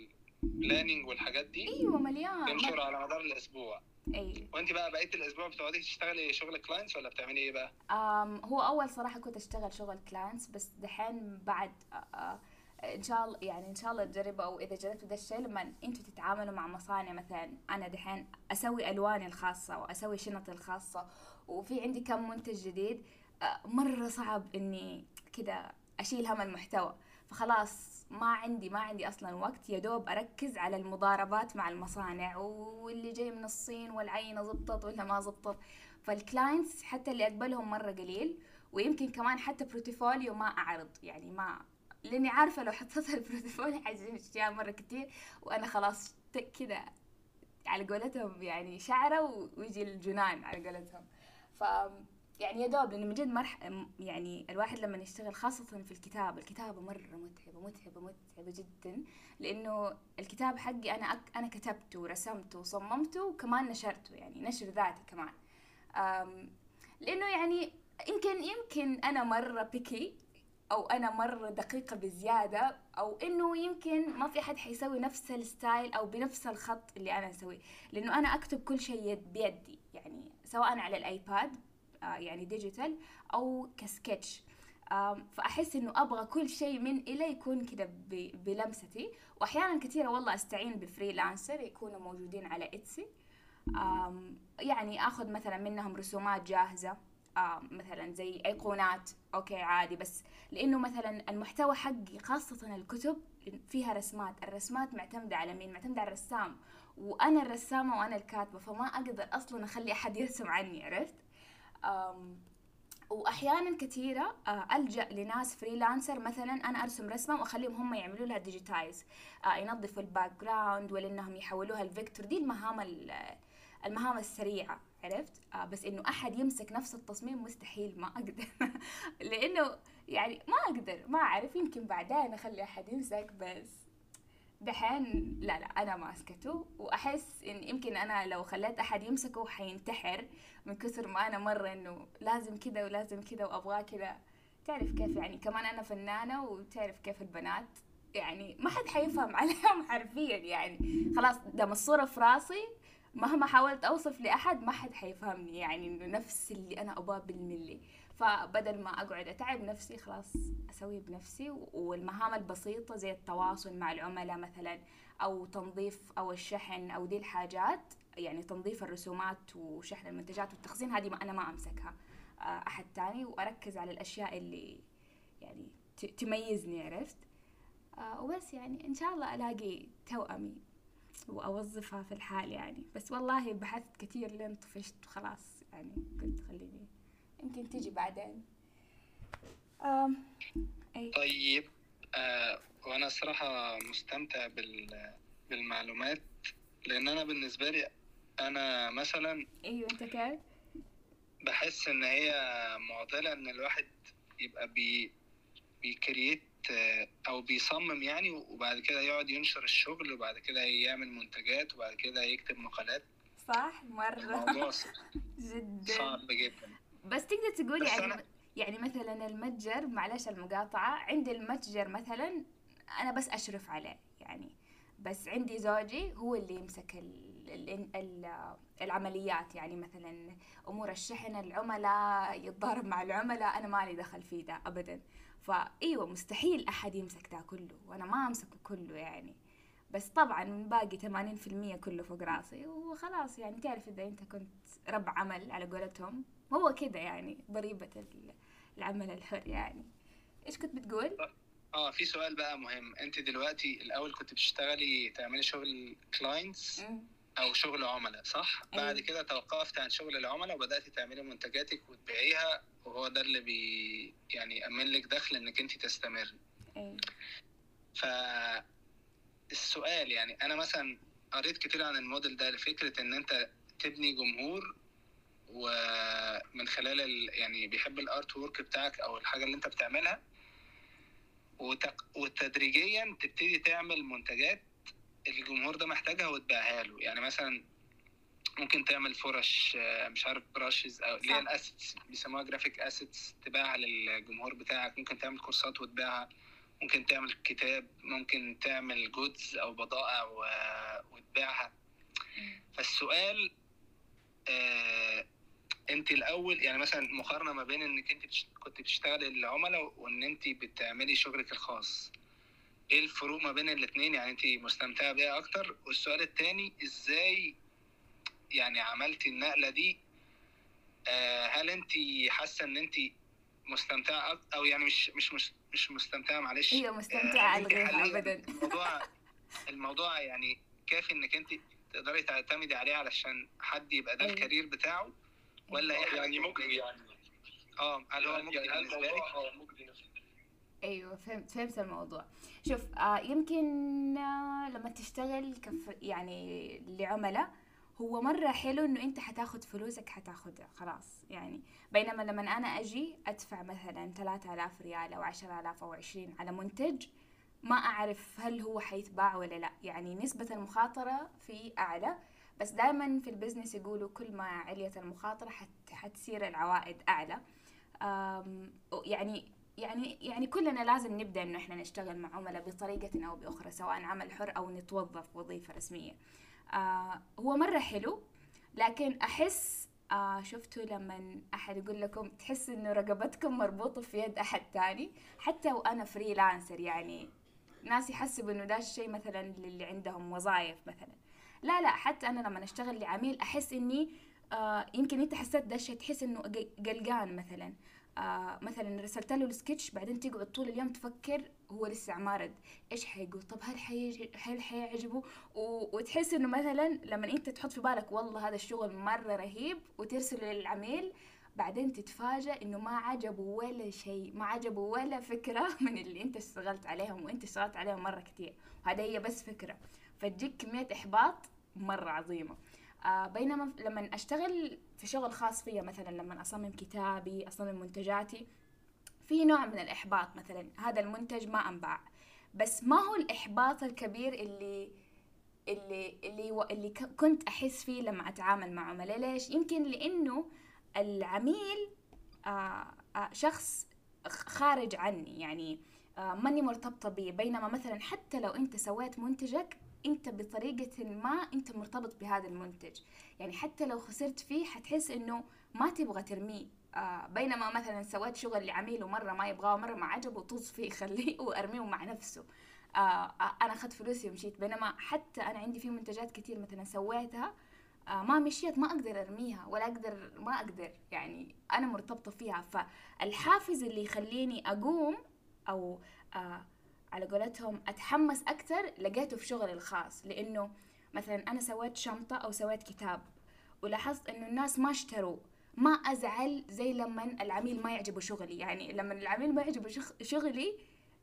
للبلاننج والحاجات دي، أيوة مليان تنشر مر... على مدار الاسبوع. أيوة. وانت بقى بقية الاسبوع بتقعدي تشتغلي شغل كلاينتس ولا بتعملي ايه بقى؟ أم هو أول صراحة كنت أشتغل شغل كلاينتس، بس دحين بعد أ- أ- إن شاء الله يعني إن شاء الله تجربوا، أو إذا جربتوا ده الشيء لما أنتوا تتعاملوا مع مصانع. مثلا أنا دحين أسوي ألواني الخاصة وأسوي شنطي الخاصة، وفي عندي كم منتج جديد. أ، مرة صعب إني كده أشيل هم المحتوى، فخلاص ما عندي ما عندي أصلا وقت، يا دوب أركز على المضاربات مع المصانع، واللي جاي من الصين والعينة زبطت ولا ما زبطت. فالكلاينتس حتى اللي أقبلهم مرة قليل، ويمكن كمان حتى بروتوفوليو ما أعرض يعني، ما لأني عارفة لو حطيت البروتوفوليو حيجيني أشياء مرة كتير، وأنا خلاص ت- كده على قولتهم يعني شعرة و- ويجي الجنان على قولتهم. ف يعني يا دوب، لأنه من جد مرح يعني الواحد لما يشتغل خاصة في الكتابة، الكتابة مرة متعبة متعبة متعبة جدا، لأنه الكتاب حقي أنا أك أنا كتبته ورسمته وصممته وكمان نشرته، يعني نشر ذاتي كمان. أم، لأنه يعني يمكن يمكن أنا مرة بيكي، أو أنا مرة دقيقة بزيادة، أو إنه يمكن ما في أحد حيسوي نفس الستايل أو بنفس الخط اللي أنا أسويه، لأنه أنا أكتب كل شيء يد بيدي، يعني سواء على الآيباد آه يعني ديجيتال أو كسكتش. آم، فأحس إنه أبغى كل شيء من إلي يكون كده ب- بلمستي. وأحيانا كثيرة والله أستعين بفريلانسر يكونوا موجودين على إتسي، آم، يعني اخذ مثلا منهم رسومات جاهزة، آم، مثلا زي ايقونات، اوكي عادي، بس لانه مثلا المحتوى حقي خاصة الكتب فيها رسمات، الرسمات معتمدة على مين؟ معتمدة على الرسام، وانا الرسامة وانا الكاتبة، فما اقدر اصلا اخلي احد يرسم عني، عرفت؟ آم، واحيانا كثيره آه، الجا لناس فريلانسر، مثلا انا ارسم رسمه واخليهم هم يعملوا لها ديجيتايز، آه، ينظفوا الباك جراوند ولا انهم يحولوها الفيكتور. دي المهام ال- المهام السريعه، عرفت؟ آه بس انه احد يمسك نفس التصميم مستحيل، ما اقدر. لانه يعني ما اقدر، ما اعرف، يمكن بعدين اخلي احد يمسك، بس دحين لا لا انا ماسكته. واحس ان يمكن انا لو خليت احد يمسكه حينتحر من كثر ما انا مره انه لازم كذا ولازم كذا وابغاه كذا. تعرف كيف يعني، كمان انا فنانه، وتعرف كيف البنات يعني ما حد حيفهم عليهم حرفيا يعني. خلاص دام الصوره في راسي، مهما حاولت اوصف لاحد ما حد حيفهمني، يعني انه نفس اللي انا ابغاه بالملي. فبدل ما اقعد اتعب نفسي، خلاص اسويه بنفسي. والمهام البسيطة زي التواصل مع العملاء مثلا، او تنظيف او الشحن او دي الحاجات، يعني تنظيف الرسومات وشحن المنتجات والتخزين، هذه ما انا ما امسكها، آه، احد تاني، واركز على الاشياء اللي يعني ت- تميزني، عرفت؟ آه، وبس يعني ان شاء الله الاقي توأمي واوظفها في الحال يعني. بس والله بحثت كثير لين طفشت وخلاص، يعني قلت خليني يمكن تيجي بعدين. آم اي. طيب آه وانا الصراحة مستمتع بال بالمعلومات، لان انا بالنسبة لي انا مثلا ايوه انت كيف؟ بحس ان هي معضلة ان الواحد يبقى بي بيكريت آه، او بيصمم يعني، وبعد كده يقعد ينشر الشغل، وبعد كده يعمل منتجات، وبعد كده يكتب مقالات. صح مرة. الموضوع جدا. صعب جدا. بس تقدر تقول بس يعني انا يعني مثلا المتجر، معلش المقاطعة، عندي المتجر مثلا أنا بس أشرف عليه يعني، بس عندي زوجي هو اللي يمسك ال ال ال العمليات، يعني مثلا أمور الشحن، العملاء يتضارب مع العملاء، أنا مالي دخل فيه ده أبدا. فأيوة مستحيل أحد يمسك ده كله، وأنا ما أمسكه كله يعني. بس طبعا من باقي ثمانين في المية كله فوق راسي وخلاص. يعني تعرف إذا أنت كنت رب عمل على قولتهم، هو كده يعني ضريبة العمل الحر يعني. إيش كنت بتقول؟ اه في سؤال بقى مهم. انت دلوقتي الاول كنت بتشتغلي تعملي شغل كلاينتس او شغل عملاء صح؟ أيوة. بعد كده توقفت عن شغل العملاء وبدأتي تعملي منتجاتك وتبيعيها، وهو ده اللي بي يعني يأمن لك دخل انك انت تستمري. أيوة. فالسؤال يعني انا مثلا قريت كتير عن الموديل ده، لفكرة ان انت تبني جمهور ومن خلال ال... يعني بيحب الارت وورك بتاعك او الحاجة اللي انت بتعملها، وتق... وتدريجيا تبتدي تعمل منتجات الجمهور ده محتاجها وتبيعها له. يعني مثلا ممكن تعمل فرش مش عارف براشز او اللي هي الاسيتس بيسموها جرافيك اسيتس تبيعها للجمهور بتاعك. ممكن تعمل كورسات وتبيعها، ممكن تعمل كتاب، ممكن تعمل جودز او بضائع وتبيعها. فالسؤال آه انت الاول يعني مثلا مقارنه ما بين انك انت كنت بتشتغلي للعملاء وان انت بتعملي شغلك الخاص، ايه الفروق ما بين الاثنين؟ يعني انت مستمتعه بايه اكتر؟ والسؤال الثاني ازاي يعني عملتي النقله دي؟ آه هل انت حاسه ان انت مستمتعه او يعني مش مش مش, مش مستمتعه معلش هي مستمتعه الغيها ابدا. الموضوع الموضوع يعني كافي انك انت تقدري تعتمدي عليه علشان حد يبقى ده الكارير بتاعه، ولا ايه يعني مجدي يعني اه هل هو مجدي بالنسبه لك؟ اه مجدي نفسه. ايوه فهمت فهمت الموضوع. شوف آه يمكن آه لما تشتغل كف يعني لعملاء هو مرة حلو انه انت حتاخد فلوسك حتاخدها خلاص يعني. بينما لما انا اجي ادفع مثلا ثلاثة آلاف ريال او عشرة آلاف او عشرين على منتج ما اعرف هل هو حيتباع ولا لا، يعني نسبة المخاطرة فيه اعلى. بس دائما في البزنس يقولوا كل ما عليت المخاطرة حت حتصير العوائد اعلى. يعني يعني يعني كلنا لازم نبدأ إنه إحنا نشتغل مع عملاء بطريقة أو بأخرى، سواء عمل حر أو نتوظف وظيفة رسمية. آه هو مرة حلو، لكن أحس آه شفتوا لما أحد يقول لكم تحس إنه رقبتكم مربوطة في يد أحد تاني. حتى وأنا فريلانسر يعني ناس يحسبوا إنه ده الشيء مثلا للي عندهم وظائف مثلا. لا لا، حتى أنا لما أشتغل لعميل أحس إني آه يمكن أنت حسيت ده الشيء، تحس إنه قلقان مثلا. آه مثلا رسلت له السكتش بعدين تقعد طول اليوم تفكر هو لسه ما رد ايش حيقول، طب هل حيجي هل حيعجبه، وتحس انه مثلا لما انت تحط في بالك والله هذا الشغل مره رهيب وترسله للعميل بعدين تتفاجأ انه ما عجبه ولا شيء، ما عجبه ولا فكره من اللي انت اشتغلت عليهم، وانت اشتغلت عليهم مره كتير وهذا هي بس فكره، فتجيك كميه احباط مره عظيمه. آه بينما لما اشتغل في شغل خاص فيا مثلا لما اصمم كتابي اصمم منتجاتي في نوع من الاحباط، مثلا هذا المنتج ما انباع، بس ما هو الاحباط الكبير اللي اللي اللي, اللي كنت احس فيه لما اتعامل مع عملاء. ليش؟ يمكن لانه العميل آه آه شخص خارج عني، يعني آه ماني مرتبطه بيه. بينما مثلا حتى لو انت سويت منتجك انت بطريقة ما انت مرتبط بهذا المنتج، يعني حتى لو خسرت فيه حتحس انه ما تبغى ترميه. آه بينما مثلا سويت شغل لعميل ومرة ما يبغاه ومرة ما عجبه طز فيه خليه وارميه مع نفسه. آه آه انا اخذت فلوسي ومشيت. بينما حتى انا عندي في منتجات كتير مثلا سويتها آه ما مشيت ما اقدر ارميها ولا اقدر ما اقدر يعني انا مرتبطة فيها. فالحافز اللي يخليني اقوم او آه على قولتهم أتحمس أكتر لقيته في شغلي الخاص، لأنه مثلا أنا سويت شنطة أو سويت كتاب ولاحظت أنه الناس ما اشتروا، ما أزعل زي لما العميل ما يعجبه شغلي. يعني لما العميل ما يعجبه شغلي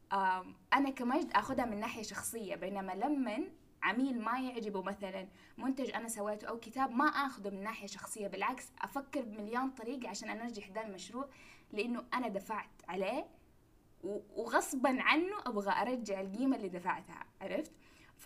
أنا كمجد أخذها من ناحية شخصية، بينما لما عميل ما يعجبه مثلا منتج أنا سويته أو كتاب ما أخذه من ناحية شخصية، بالعكس أفكر بمليون طريقة عشان أنجح ده المشروع، لأنه أنا دفعت عليه وغصبا عنه ابغى ارجع القيمه اللي دفعتها، عرفت؟ ف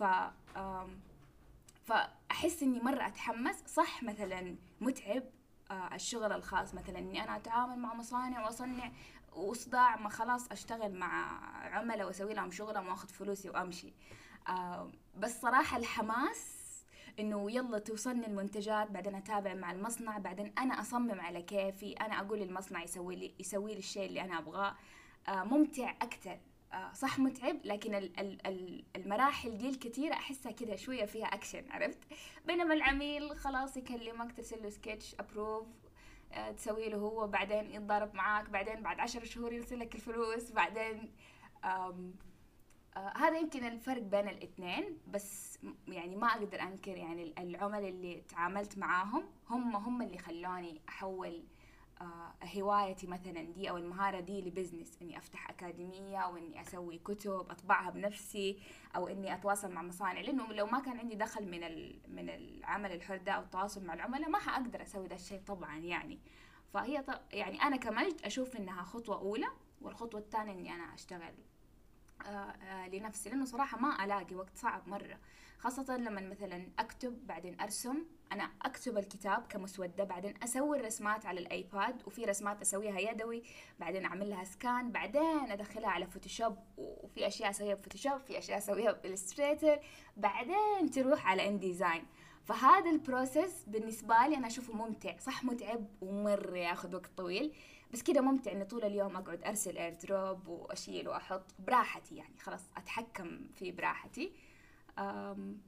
فاحس اني مره اتحمس. صح مثلا متعب الشغل الخاص، مثلا اني انا اتعامل مع مصانع واصنع وصداع ما خلاص اشتغل مع عملاء واسوي لهم شغلهم واخذ فلوسي وامشي. بس صراحه الحماس انه يلا توصلني المنتجات، بعدين اتابع مع المصنع، بعدين انا اصمم على كيفي، انا اقول للمصنع يسوي لي يسوي لي الشيء اللي انا ابغاه. آه ممتع اكثر. آه صح متعب، لكن ال- ال- ال- المراحل دي الكثيرة احسها كده شوية فيها اكشن، عرفت؟ بينما العميل خلاص يكلمك، ترسل له سكتش ابروف، آه تسوي له هو، بعدين يتضارب معاك، بعدين بعد عشر شهور يرسل لك الفلوس، بعدين آم آه هذا يمكن الفرق بين الاثنين. بس م- يعني ما اقدر انكر، يعني ال- العملاء اللي تعاملت معاهم هم هم اللي خلوني احول آه هوايتي مثلا دي او المهارة دي لبزنس، اني افتح اكاديمية، او اني اسوي كتب اطبعها بنفسي، او اني اتواصل مع مصانع. لانه لو ما كان عندي دخل من ال- من العمل الحر ده او التواصل مع العملاء، ما حاقدر اسوي ده الشيء طبعا يعني. فهي ط- يعني انا كمجد اشوف انها خطوة اولى، والخطوة الثانية اني انا اشتغل آه، آه، لنفسي، لأنه صراحة ما ألاقي وقت، صعب مرة. خاصة لما مثلا أكتب بعدين أرسم. أنا أكتب الكتاب كمسودة، بعدين أسوي الرسمات على الآيباد، وفي رسمات أسويها يدوي، بعدين أعمل لها سكان، بعدين أدخلها على فوتوشوب، وفي أشياء أسويها بفوتوشوب، في أشياء أسويها بإلستريتر، بعدين تروح على إن ديزاين. فهذا البروسيس بالنسبة لي أنا أشوفه ممتع، صح متعب ومرة ياخذ وقت طويل، بس كده ممتع اني طول اليوم اقعد ارسل اير دروب واشيل واحط براحتي، يعني خلاص اتحكم فيه براحتي. أم،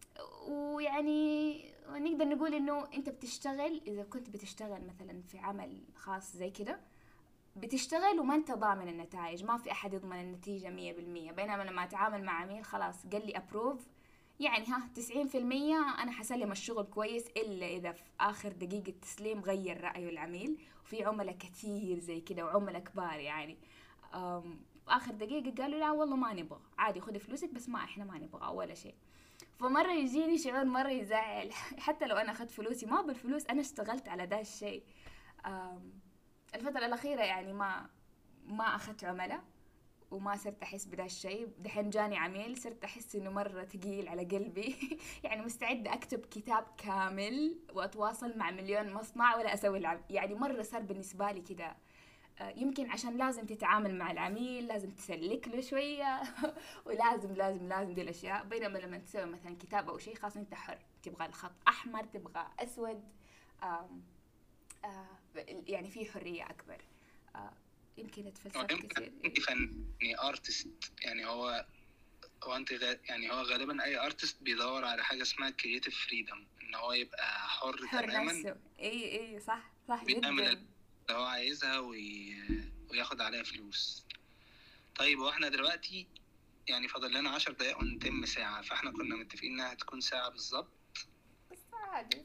ويعني نقدر نقول انه انت بتشتغل، اذا كنت بتشتغل مثلا في عمل خاص زي كده، بتشتغل وما انت ضامن النتائج، ما في احد يضمن النتيجة مية بالمية. بينما لما اتعامل مع عميل خلاص قال لي ابروف، يعني ها تسعين في المية انا حسلم الشغل كويس، الا اذا في اخر دقيقة تسليم غير رأيه العميل. وفي عملاء كثير زي كده وعملاء كبار يعني، أم، في اخر دقيقة قالوا لا والله ما نبغى، عادي خذي فلوسك بس ما احنا ما نبغى ولا شيء. فمرة يجيني شعور مرة يزعل حتى لو انا اخذت فلوسي، ما بالفلوس، انا اشتغلت على ده الشيء. أم، الفترة الأخيرة يعني ما ما أخذت عملاء، وما صرت أحس بدا الشيء. دحين جاني عميل صرت أحس إنه مرة تقيل على قلبي يعني مستعدة أكتب كتاب كامل وأتواصل مع مليون مصنع ولا أسوي العمل، يعني مرة صار بالنسبة لي كده. آه، يمكن عشان لازم تتعامل مع العميل، لازم تسلك له شوية ولازم لازم لازم دي الأشياء. بينما لما تسوي مثلا كتاب أو شيء خاص أنت حر، تبغى الخط أحمر، تبغى أسود، آم، آه، يعني في حرية أكبر. آه، يمكن اتفلسفت كثير. انت فني ارتست، يعني هو هو انت غ... يعني هو غالبا اي ارتست بيدور على حاجه اسمها كرييتيف فريدم، ان هو يبقى حر, حر تماما، نفسه، اي اي صح صح بيعمل اللي جدا. هو عايزها وي... وياخد عليها فلوس. طيب واحنا دلوقتي يعني فاضل لنا عشر دقايق ونتم ساعه، فاحنا كنا متفقين انها هتكون ساعه بالظبط. بس عادي.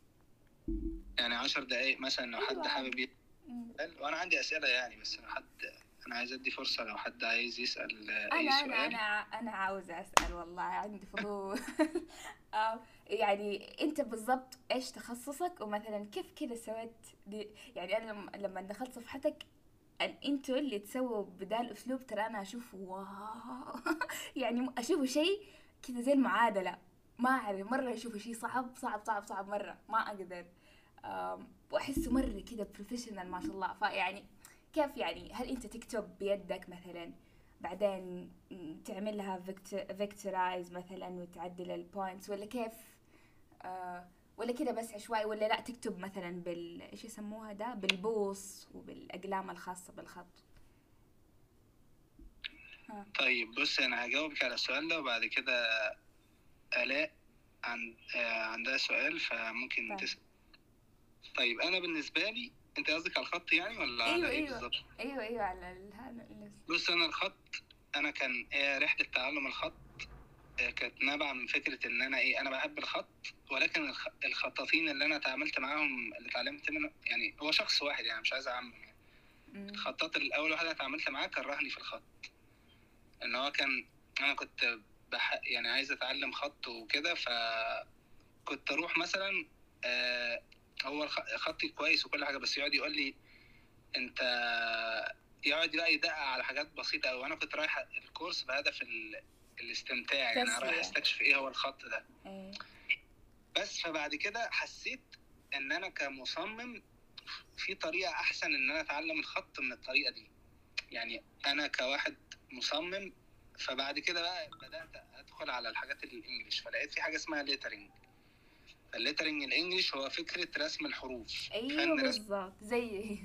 يعني عشر دقايق مثلا لو حد أيوة حابب عادي. يسأل، وانا عندي اسئله يعني، بس لو حد، انا عايز ادي فرصه لو حد عايز يسال انا اي انا سؤال. انا انا عاوزة اسال، والله عندي فضول آه، يعني انت بالضبط ايش تخصصك، ومثلا كيف كذا سويت دي؟ يعني انا لما لما دخلت صفحتك، ان انتوا اللي تسووا بدا الاسلوب، ترى انا اشوف واو يعني اشوفه شيء كذا زي المعادلة، ما اعرف، مرة اشوفه شيء صعب صعب صعب صعب مرة، ما اقدر. آم، واحسه مرة كذا بروفيشنال ما شاء الله. فيعني كيف يعني، هل انت تكتب بيدك مثلا، بعدين تعمل لها فيكتورايز مثلا وتعدل البوينتس، ولا كيف؟ آه ولا كده بس عشوائي، ولا لا تكتب مثلا بال ايش يسموها ده، بالبوص وبالاقلام الخاصة بالخط؟ ها. طيب بص انا هجاوبك على السؤال ده، وبعد كده آلاء عن... آه، عندها سؤال فممكن طيب. تسأل. طيب انا بالنسبه لي، انت قصدك على الخط يعني ولا ايوه على ايه ايوه بالظبط؟ ايوه ايوه على ال... هذا ال- بص انا الخط، انا كان آه، رحله تعلم الخط آه، كانت نابعه من فكره ان انا ايه، انا بحب الخط، ولكن الخ... الخطاطين اللي انا اتعاملت معاهم، اللي اتعلمت منه يعني هو شخص واحد، يعني مش عايز اعمم يعني. مم. الخطاط الاول واحد اتعاملت معاه كرهني في الخط، ان هو كان، انا كنت بح... يعني عايز اتعلم خط وكده، فكنت اروح مثلا آه، هو الخ- خطي كويس وكل حاجه، بس يقعد يقول لي انت، يقعد بقى يدقق على حاجات بسيطه قوي. وانا كنت رايح الكورس بهدف ال... الاستمتاع، يعني انا رايح تسلية. استكشف ايه هو الخط ده. ايه. بس فبعد كده حسيت ان انا كمصمم في طريقه احسن ان انا اتعلم الخط من الطريقه دي، يعني انا كواحد مصمم. فبعد كده بقى بدات ادخل على الحاجات الانجليش، فلقيت في حاجه اسمها ليترنج. الليترنج الانجليش هو فكره رسم الحروف. ايوه بالظبط زي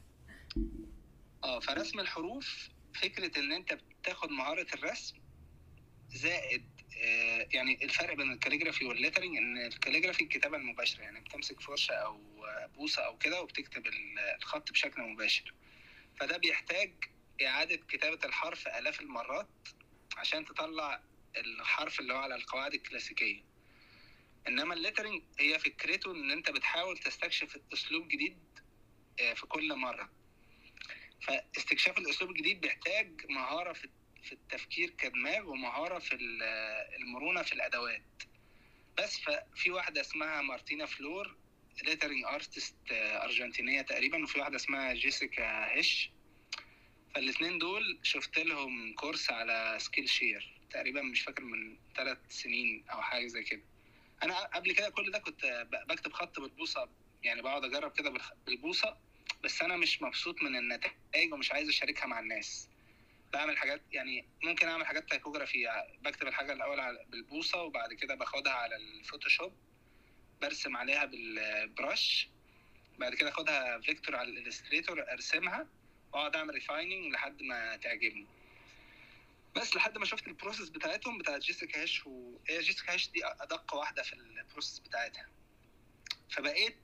اه فرسم الحروف فكره ان انت بتاخد مهاره الرسم زائد آه يعني الفرق بين الكاليجرافي والليترنج ان الكاليجرافي الكتابه المباشره، يعني بتمسك فرشه او بوصه او كده وبتكتب الخط بشكل مباشر، فده بيحتاج اعاده كتابه الحرف الاف المرات عشان تطلع الحرف اللي هو على القواعد الكلاسيكيه. انما الليترنج هي فكرته ان انت بتحاول تستكشف اسلوب جديد في كل مره، فاستكشاف الاسلوب الجديد بيحتاج مهاره في في التفكير كدماغ ومهاره في المرونه في الادوات. بس ففي واحده اسمها مارتينا فلور ليترنج ارتست ارجنتينيه تقريبا، وفي واحده اسمها جيسيكا هيش، فالاثنين دول شفت لهم كورس على سكيل شير تقريبا، مش فاكر من ثلاث سنين او حاجه زي كده. انا قبل كده كل ده كنت بكتب خط بالبوصه، يعني بقعد اجرب كده بالبوصه، بس انا مش مبسوط من النتائج ومش عايز اشاركها مع الناس. بعمل حاجات يعني ممكن اعمل حاجات تايبوجرافي، بكتب الحاجه الاول بالبوصه وبعد كده باخدها على الفوتوشوب برسم عليها بالبرش، بعد كده اخدها فيكتور على الالستريتور ارسمها واقعد اعمل ريفايننج لحد ما تعجبني. بس لحد ما شفت البروسيس بتاعتهم بتاعت جيسيكا هيش، وهي جيسيكا هيش دي ادق واحده في البروسيس بتاعتها، فبقيت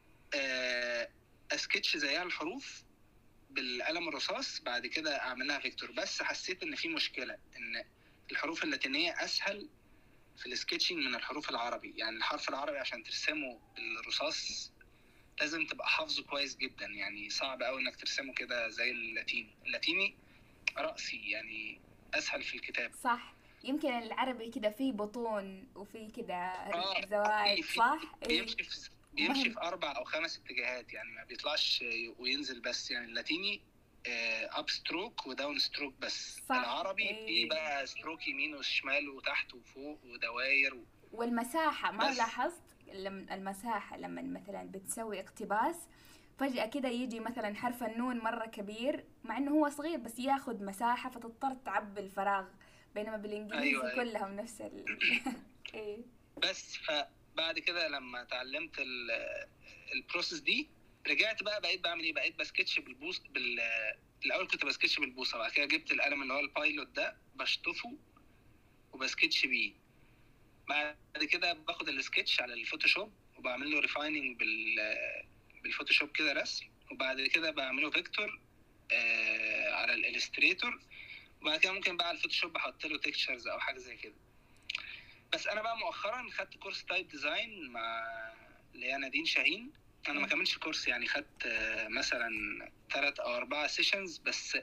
اسكتش زيها الحروف بالقلم الرصاص بعد كده اعملها فيكتور. بس حسيت ان في مشكله، ان الحروف اللاتينيه اسهل في السكتشنج من الحروف العربي. يعني الحرف العربي عشان ترسمه بالرصاص لازم تبقى حافظه كويس جدا، يعني صعب قوي انك ترسمه كده زي اللاتيني. اللاتيني رأسي يعني اسهل في الكتاب. صح، يمكن العربي كده فيه بطون وفيه كده آه زوائد صح. بيمشي في بيمشي في اربع او خمس اتجاهات، يعني ما بيطلعش وينزل بس. يعني اللاتيني اب ستروك وداون ستروك بس، صح. العربي إيه. فيه بقى ستروك يمين وشمال وتحت وفوق ودواير و... والمساحة ما لاحظت لما المساحة لما مثلا بتسوي اقتباس فجأة كده يجي مثلا حرف النون مرة كبير مع انه هو صغير بس ياخد مساحة فتضطر تعبي الفراغ، بينما بالانجليزي أيوة كلهم أيوة. نفس ال إيه. بس فبعد كده لما تعلمت البروسيس دي رجعت بقى بقيت بعمل ايه، بقيت بسكتش بالبوص بال الاول كنت بسكتش بالبوصه، بعد كده جبت القلم اللي هو البايلوت ده بشطفه وبسكتش بيه، بعد كده باخد السكتش على الفوتوشوب وبعمل له ريفايننج بال بالفوتوشوب كده رسم، وبعد كده بعمله فيكتور آه على الالستريتور، وبعد كده ممكن بقى على الفوتوشوب احط له تكتشرز او حاجه زي كده. بس انا بقى مؤخرا خدت كورس تايب ديزاين مع اللي هي نادين شاهين. انا ما كملتش كورس، يعني خدت مثلا ثلاث او اربعه سيشنز بس.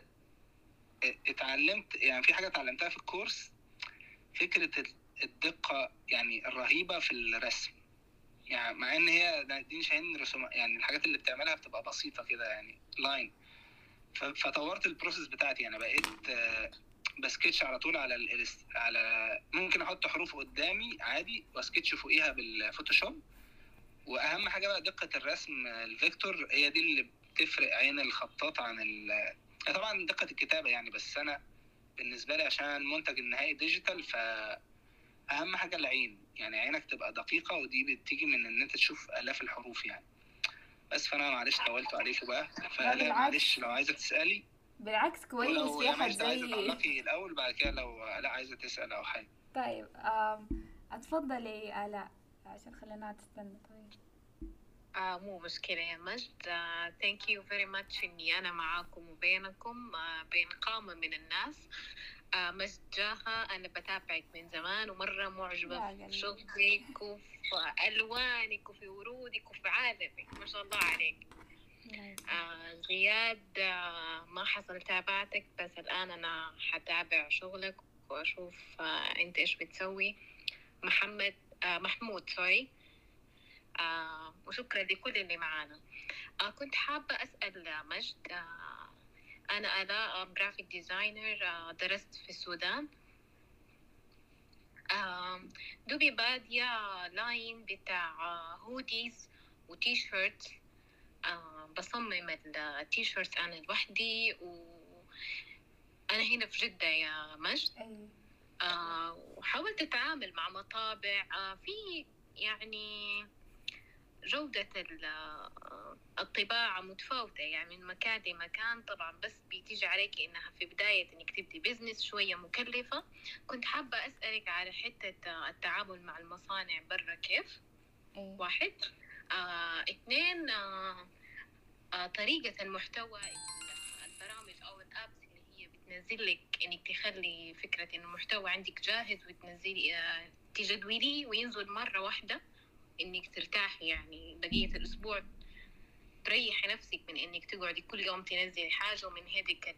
اتعلمت يعني في حاجه اتعلمتها في الكورس، فكره الدقه يعني الرهيبه في الرسم. يعني مع ان هي نادين شاهين رسوم يعني الحاجات اللي بتعملها بتبقى بسيطه كده يعني لاين، فطورت البروسيس بتاعتي. يعني بقيت بسكتش على طول على الالست على ممكن احط حروف قدامي عادي واسكتش فوقيها بالفوتوشوب. واهم حاجه بقى دقه الرسم الفيكتور، هي دي اللي بتفرق عين الخطاط عن ال طبعا دقه الكتابه يعني، بس انا بالنسبه لي عشان المنتج النهائي ديجيتال فاهم حاجه العين، يعني عينك تبقى دقيقه، ودي بتيجي من ان انت تشوف الاف الحروف يعني. بس فانا معلش طولت عليكم بقى، فلا معلش لو عايزه تسالي. بالعكس كويس، في احد زي عايزه تعلقي الاول بعد كده لو لا عايزه تسال او حاجه. طيب اتفضلي آلاء عشان خلينا تستنى. طيب آه مو مشكلة يا مجد. آه thank you very much إني أنا معاكم وبينكم آه بين قامة من الناس. آه مجد جاها أنا بتابعك من زمان ومرة معجبة في شغلك وفي ألوانك وفي ورودك وفي عالمك، ما شاء الله عليك. آه زياد آه ما حصل تابعتك، بس الآن أنا حتابع شغلك وأشوف آه أنت إيش بتسوي. محمد آه محمود سوري آه وشكرا لكل اللي معانا. آه كنت حابة أسأل مجد، آه أنا آلاء جرافيك ديزاينر، آه درست في السودان. آه دوبي بادية لاين بتاع آه هوديز وتي شيرت. آه بصمم التي شيرت أنا لوحدي، وأنا هنا في جدة يا مجد. آه وحاولت أتعامل مع مطابع آه في يعني جودة الطباعة متفاوتة يعني من مكان لمكان طبعا، بس بتيجي عليك إنها في بداية إنك تبدي بيزنس شوية مكلفة. كنت حابة أسألك على حتة التعامل مع المصانع برا كيف؟ أيه. واحد. آه، اثنين، آه، آه، طريقة المحتوى، البرامج أو الأبس اللي هي بتنزل لك إنك تخلي فكرة إنه المحتوى عندك جاهز وتنزلي آه، تجدوليه وينزل مرة واحدة، إنك ترتاحي يعني بقية الأسبوع، تريحي نفسك من إنك تقعدي كل يوم تنزلي حاجة ومن هذيك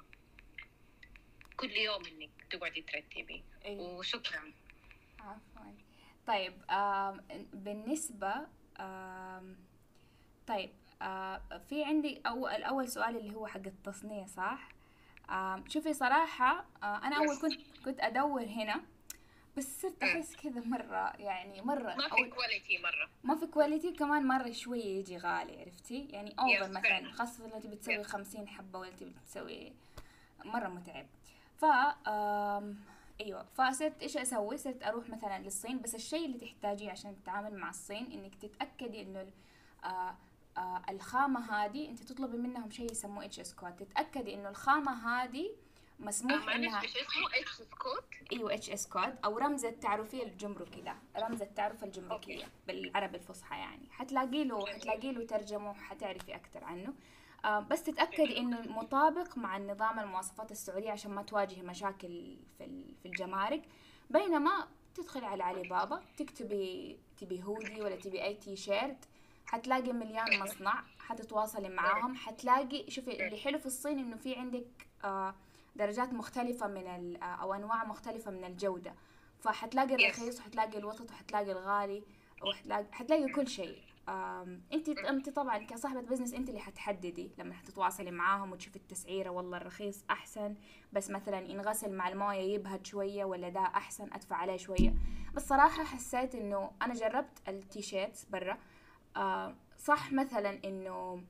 كل يوم إنك تقعدي ترتبي. أيه. وشكرا. عفوا. طيب آم، بالنسبة آم، طيب آه، في عندي أول الأول سؤال اللي هو حق التصنيع صح؟ آم، شوفي صراحة آه، أنا أول Yes. كنت كنت أدور هنا، بس صرت مم. أحس كذا مرة يعني مرة ما في أول كواليتي مرة. ما في كواليتي، كمان مرة شوية يجي غالي، عرفتي يعني أوفر Yes, مثلا، فعلا. خاصة لو تبي تسوي Yes. خمسين حبة ولا تبي تسوي مرة متعب. ف آم، ايوه، فصرت ايش اسوي؟ صرت اروح مثلا للصين، بس الشيء اللي تحتاجيه عشان تتعامل مع الصين انك تتاكدي انه ال- آه آه الخامة هذه انت تطلبي منهم شيء يسموه اتش اس كود، تتاكدي انه الخامة هذه آه، مسموح معلش انها إيش اسمه؟ إيش سكوت؟ ايوه اتش اس كود، او رمز التعرفية الجمركي، ده رمز التعرفة الجمركية أوكي. بالعربي الفصحى يعني. حتلاقي له جميل. حتلاقي له ترجمة وحتعرفي اكثر عنه. آه، بس تتأكدي إنه مطابق مع النظام المواصفات السعودية عشان ما تواجهي مشاكل في ال- في الجمارك. بينما تدخلي على علي بابا تكتبي تبي هودي ولا تبي أي تي شيرت، حتلاقي مليان مصنع، حتتواصلي معاهم، حتلاقي شوفي اللي حلو في الصين إنه في عندك آه، درجات مختلفة من ال- آه، أو أنواع مختلفة من الجودة، فحتلاقي Yes. الرخيص وحتلاقي الوسط وحتلاقي الغالي وحتلاقي حتلاقي كل شيء. آم، انت انت طبعا كصاحبة بزنس انت اللي حتحددي لما حتتواصلي معاهم وتشوفي التسعيرة، والله الرخيص احسن بس مثلا ينغسل مع الموية يبهد شوية، ولا ده احسن ادفع عليه شوية. بس صراحة حسيت انه انا جربت التيشيرتس برا، آه صح مثلا انه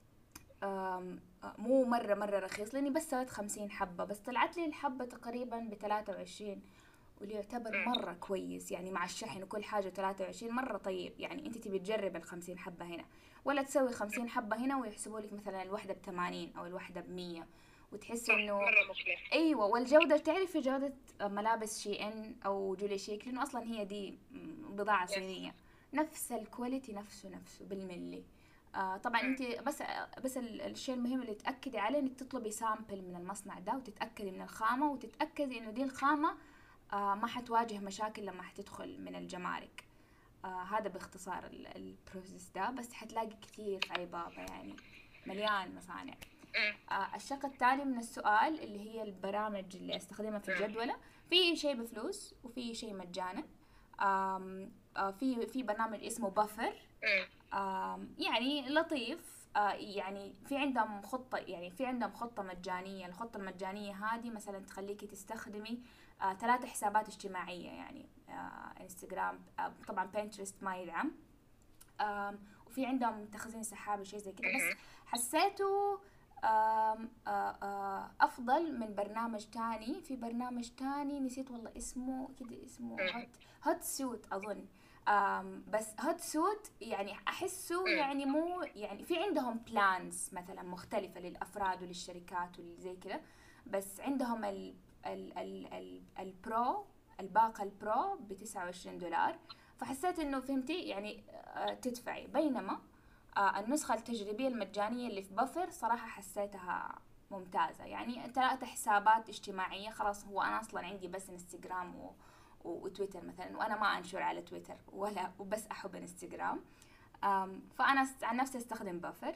آم، آه، مو مرة مرة رخيص لاني بس سويت خمسين حبة، بس طلعت لي الحبة تقريبا بثلاثة وعشرين، واللي يعتبر مم. مرة كويس يعني مع الشحن وكل حاجة. ثلاثة وعشرين مرة طيب يعني. انت تبي تجرب الخمسين حبة هنا، ولا تسوي خمسين حبة هنا ويحسبوا لك مثلا الوحدة بثمانين او الوحدة بمية، وتحس صح، انه مرة مكلف. ايوه. والجودة تعرفي جودة ملابس شي ان او جولي شيك، لانه اصلا هي دي بضاعة Yes. صينية، نفس الكواليتي نفسه نفسه بالملي. آه طبعا انت بس بس ال- الشيء المهم اللي تاكدي عليه انك تطلبي سامبل من المصنع ده، وتتاكدي من الخامه، وتتاكدي انه دي الخامه آه ما حتواجه مشاكل لما حتدخل من الجمارك. آه هذا باختصار ال- البروسيس ده. بس حتلاقي كثير في علي بابا يعني مليان مصانع. مم. آه الشق الثاني من السؤال اللي هي البرامج اللي استخدمها في مم. الجدولة، في شيء بفلوس وفي شيء مجانا. آم، آه في في برنامج اسمه بافر، مم. آم، يعني لطيف. آه، يعني في عندهم خطة، يعني في عندهم خطة مجانية. الخطة المجانية هذه مثلا تخليكي تستخدمي آه، ثلاثة حسابات اجتماعية يعني آه، انستغرام، آه، طبعا بينترست ما يدعم. آم، وفي عندهم تخزين سحابي شيء زي كده، بس مهم. حسيته آم، آه، آه، أفضل من برنامج تاني. في برنامج تاني نسيت والله اسمه كده، اسمه مم. هوت هوت سوت أظن. آم، بس هوت سوت يعني أحسه مم. يعني مو يعني في عندهم بلانز مثلا مختلفة للأفراد وللشركات والزي كده، بس عندهم ال ال ال ال البرو، الباقة البرو بتسعة وعشرين دولار. فحسيت انه فهمتي يعني آه، تدفعي. بينما آه، النسخة التجريبية المجانية اللي في بفر صراحة حسيتها ممتازة. يعني ثلاثة حسابات اجتماعية خلاص. هو أنا أصلا عندي بس انستغرام و... و- وتويتر مثلا، وأنا ما أنشر على تويتر ولا، وبس أحب انستغرام. آم، فأنا است- عن نفسي أستخدم بفر.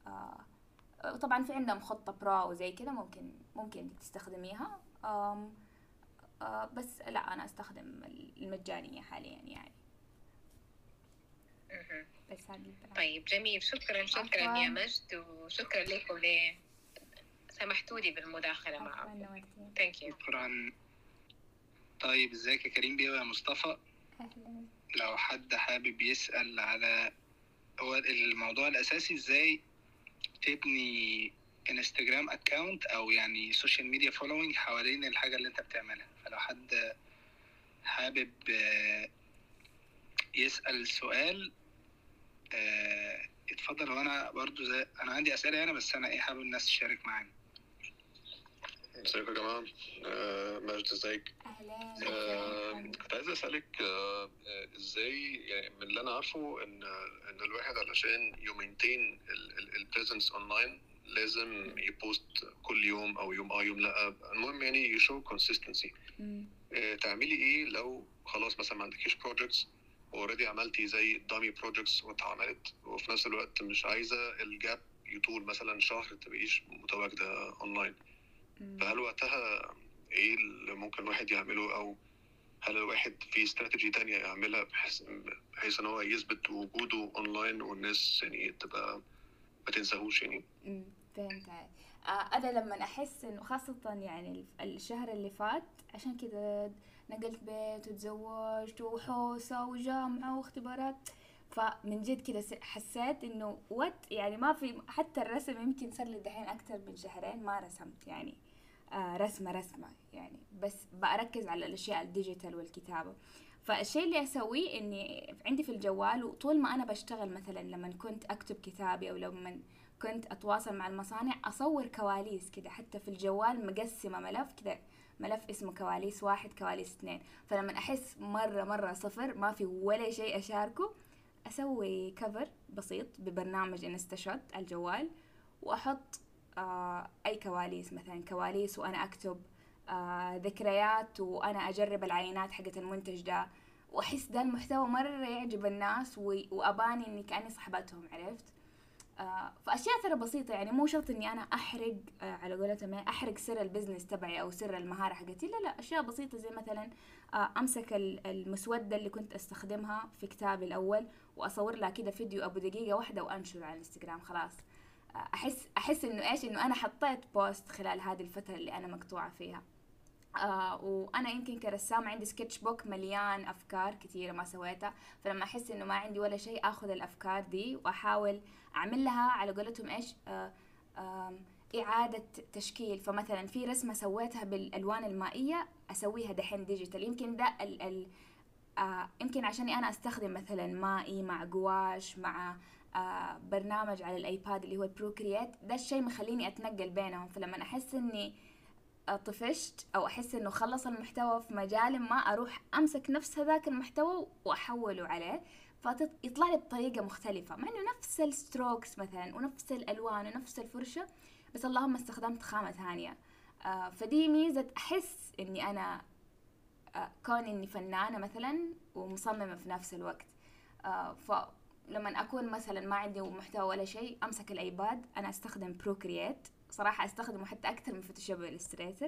آه، طبعا في عندهم خطة برو وزي كذا، ممكن ممكن إنك تستخدميها. آم، آه، بس لا أنا أستخدم المجانية حاليا يعني. مهم. بس هذه البرامج. طيب جميل، شكرا شكرا عفواً. يا مجد، وشكرا لكم ل سمحتوا لي بالمداخلة عفوا معكم. نورتين. ثانك يو. شكرا. طيب ازيك يا كريم بيه ويا مصطفى؟ أهلا. لو حد حابب يسأل على هو الموضوع الأساسي ازاي تبني انستجرام اكاونت او يعني سوشيال ميديا فولوينج حوالين الحاجة اللي انت بتعملها، فلو حد حابب آه، يسأل سؤال. آه، اتفضل. وانا برضو زي انا عندي اسئله هنا، بس انا ايه حابب الناس تشارك معانا. ازيكم يا جماعه؟ آه، ماجد ازيك؟ اهلا. آه، كنت عايز اسالك آه، آه، ازاي، يعني من اللي انا عارفه ان ان الواحد علشان يمينتين البريزنس اونلاين لازم يبوست كل يوم او يوم اه يوم لا، المهم يعني يشو كونسيستنسي. تعملي ايه لو خلاص مثلا ما عندكيش بروجكتس، اوريدي عملتي زي دامي بروجكتس واتعملت، وفي نفس الوقت مش عايزه الجاب يطول مثلا شهر تبقيش متواجده اونلاين، فهل وقتها ايه اللي ممكن الواحد يعمله؟ او هل الواحد في استراتيجي تانية يعملها بحيث بحيث ان هو يثبت وجوده اونلاين والناس يعني تبقى ما تنساهوش يعني؟ امم فهمت عليك. آه انا لما احس انه خاصة يعني الشهر اللي فات عشان كذا نقلت بيت وتزوجت وحوسة وجامعة واختبارات، فمن جد كذا حسيت انه وات يعني ما في حتى الرسم. يمكن صار لي دحين اكتر من شهرين ما رسمت يعني آه رسمة رسمة يعني، بس بركز على الاشياء الديجيتال والكتابة. فالشيء اللي اسويه اني عندي في الجوال، وطول ما انا بشتغل مثلا لما كنت اكتب كتابي او لما كنت اتواصل مع المصانع اصور كواليس كده، حتى في الجوال مقسمة ملف كده، ملف اسمه كواليس واحد كواليس اثنين. فلما احس مرة مرة صفر ما في ولا شيء اشاركه، اسوي كفر بسيط ببرنامج انستشوت على الجوال، واحط آه اي كواليس، مثلا كواليس وانا اكتب، آه ذكريات وانا اجرب العينات حقت المنتج ده، واحس ده المحتوى مرة يعجب الناس واباني اني كأني صاحبتهم، عرفت؟ آه فاشياء ترى بسيطة يعني، مو شرط اني انا احرق آه على قولتهم احرق سر البزنس تبعي او سر المهارة حقتي، لا لا، اشياء بسيطة زي مثلا آه امسك المسودة اللي كنت استخدمها في كتابي الاول واصور لها كده فيديو ابو دقيقة واحدة وانشره على الانستغرام، خلاص. آه احس احس انه ايش، انه انا حطيت بوست خلال هذه الفترة اللي انا مقطوعة فيها. آه وانا يمكن كرسام عندي سكتش بوك مليان افكار كثيره ما سويتها، فلما احس انه ما عندي ولا شيء اخذ الافكار دي واحاول اعمل لها على قولتهم ايش آه آه اعاده تشكيل. فمثلا في رسمه سويتها بالالوان المائيه اسويها دحين ديجيتال. يمكن ده ال ال آه يمكن عشاني انا استخدم مثلا مائي مع قواش مع آه برنامج على الايباد اللي هو البروكريات، ده الشيء مخليني اتنقل بينهم. فلما احس اني طفشت او احس انه خلص المحتوى في مجال ما، اروح امسك نفس هذاك المحتوى واحوله عليه، فيطلع لي بطريقة مختلفة، مع انه نفس الستروكس مثلا ونفس الالوان ونفس الفرشة، بس اللهم استخدمت خامة ثانية. آه فدي ميزة احس اني انا آه كون اني فنانة مثلا ومصممة في نفس الوقت. آه فلما اكون مثلا ما عندي محتوى ولا شيء امسك الايباد، انا استخدم بروكريات صراحة، استخدمه حتى اكثر من فوتوشوب والإلستريتر.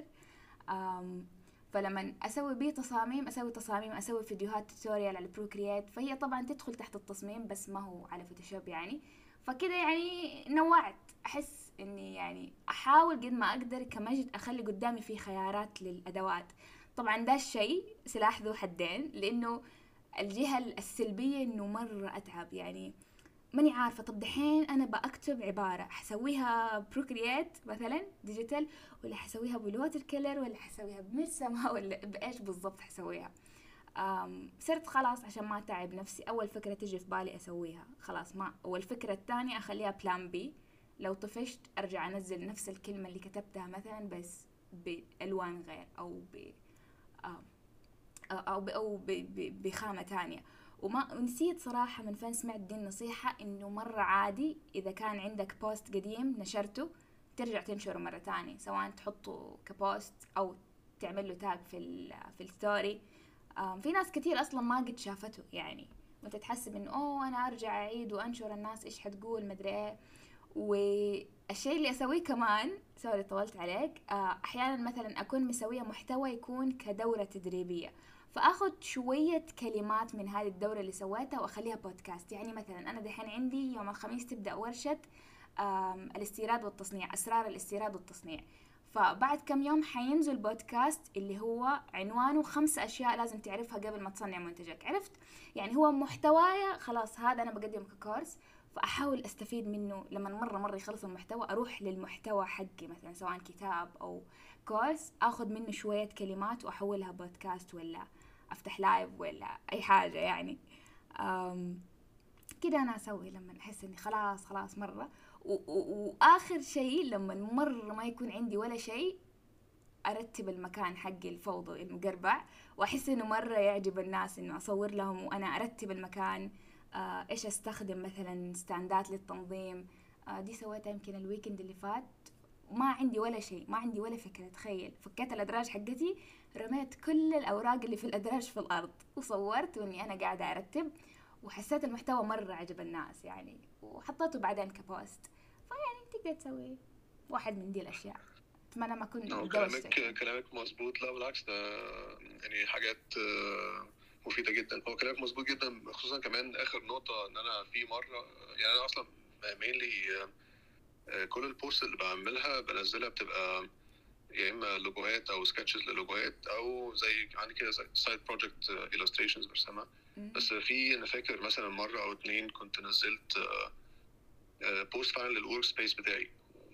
فلما اسوي بيه تصاميم اسوي تصاميم اسوي فيديوهات توتوريال على بروكريات، فهي طبعا تدخل تحت التصميم بس ما هو على فوتوشوب يعني. فكده يعني نوعت، احس اني يعني احاول قد ما اقدر كمجد اخلي قدامي في خيارات للادوات. طبعا ده الشيء سلاح ذو حدين، لانه الجهة السلبية انه مرة اتعب يعني، ماني عارفة طب دحين أنا بأكتب عبارة حسويها بروكريات مثلا ديجيتال، ولا حسويها بالواتر كلر، ولا حسويها بمرسمة، ولا بإيش بالضبط حسويها. صرت خلاص عشان ما أتعب نفسي أول فكرة تجي في بالي أسويها خلاص، ما والفكرة الثانية أخليها بلان بي، لو طفشت أرجع أنزل نفس الكلمة اللي كتبتها مثلا بس بألوان غير أو ب أو ب أو بخامة تانية. وما نسيت صراحة من فين سمعت دي النصيحة، إنه مرة عادي إذا كان عندك بوست قديم نشرته ترجع تنشره مرة تانية، سواء تحطه كبوست أو تعمل له تاج في ال في الستوري. في ناس كتير أصلا ما قد شافته يعني، وأنت تحسب إنه أوه أنا أرجع أعيد وأنشر الناس إيش حتقول مدري إيه. والشيء اللي أسويه كمان، سوري طولت عليك، أحيانا مثلا أكون مسوية محتوى يكون كدورة تدريبية، فاخذ شوية كلمات من هذه الدورة اللي سويتها واخليها بودكاست. يعني مثلا انا دحين عندي يوم الخميس تبدأ ورشة الاستيراد والتصنيع، اسرار الاستيراد والتصنيع، فبعد كم يوم حينزل بودكاست اللي هو عنوانه خمس اشياء لازم تعرفها قبل ما تصنع منتجك، عرفت؟ يعني هو محتوايا خلاص هذا انا بقدم ككورس، فاحاول استفيد منه. لما مرة مرة يخلص المحتوى اروح للمحتوى حقي مثلا سواء كتاب او كورس، اخذ منه شوية كلمات واحولها بودكاست ولا افتح لايف ولا اي حاجة يعني. أم كده أنا أسوي لما أحس إني خلاص خلاص مرة. وآخر شيء لما مرة ما يكون عندي ولا شيء، أرتب المكان حقي الفوضى المقربع، وأحس إنه مرة يعجب الناس إنه أصور لهم وأنا أرتب المكان. آه إيش أستخدم مثلا ستاندات للتنظيم. آه دي سويتها يمكن الويكند اللي فات، ما عندي ولا شيء، ما عندي ولا فكرة. تخيل فكيت الأدراج حقتي، رميت كل الأوراق اللي في الأدراج في الأرض، وصورت وإني أنا قاعدة أرتب، وحسيت المحتوى مرة عجب الناس يعني، وحطيته بعدين كبوست. فيعني تقدر تسوي واحد من دي الأشياء. أتمنى ما أكون كلامك دوشتك. كلامك مظبوط. لا بالعكس، ده يعني حاجات مفيدة جدا. هو كلامك مظبوط جدا، خصوصا كمان آخر نقطة إن أنا في مرة يعني أنا أصلا مينلي كل البوست اللي بعملها بنزلها بتبقى يا اما لوجوهات او سكتشز للوجوهات، او زي عندي كده سايد بروجكت illustrations برسمها. بس في انا فاكر مثلا مره او اتنين كنت نزلت بوست فعلا للورك سبيس بتاعي،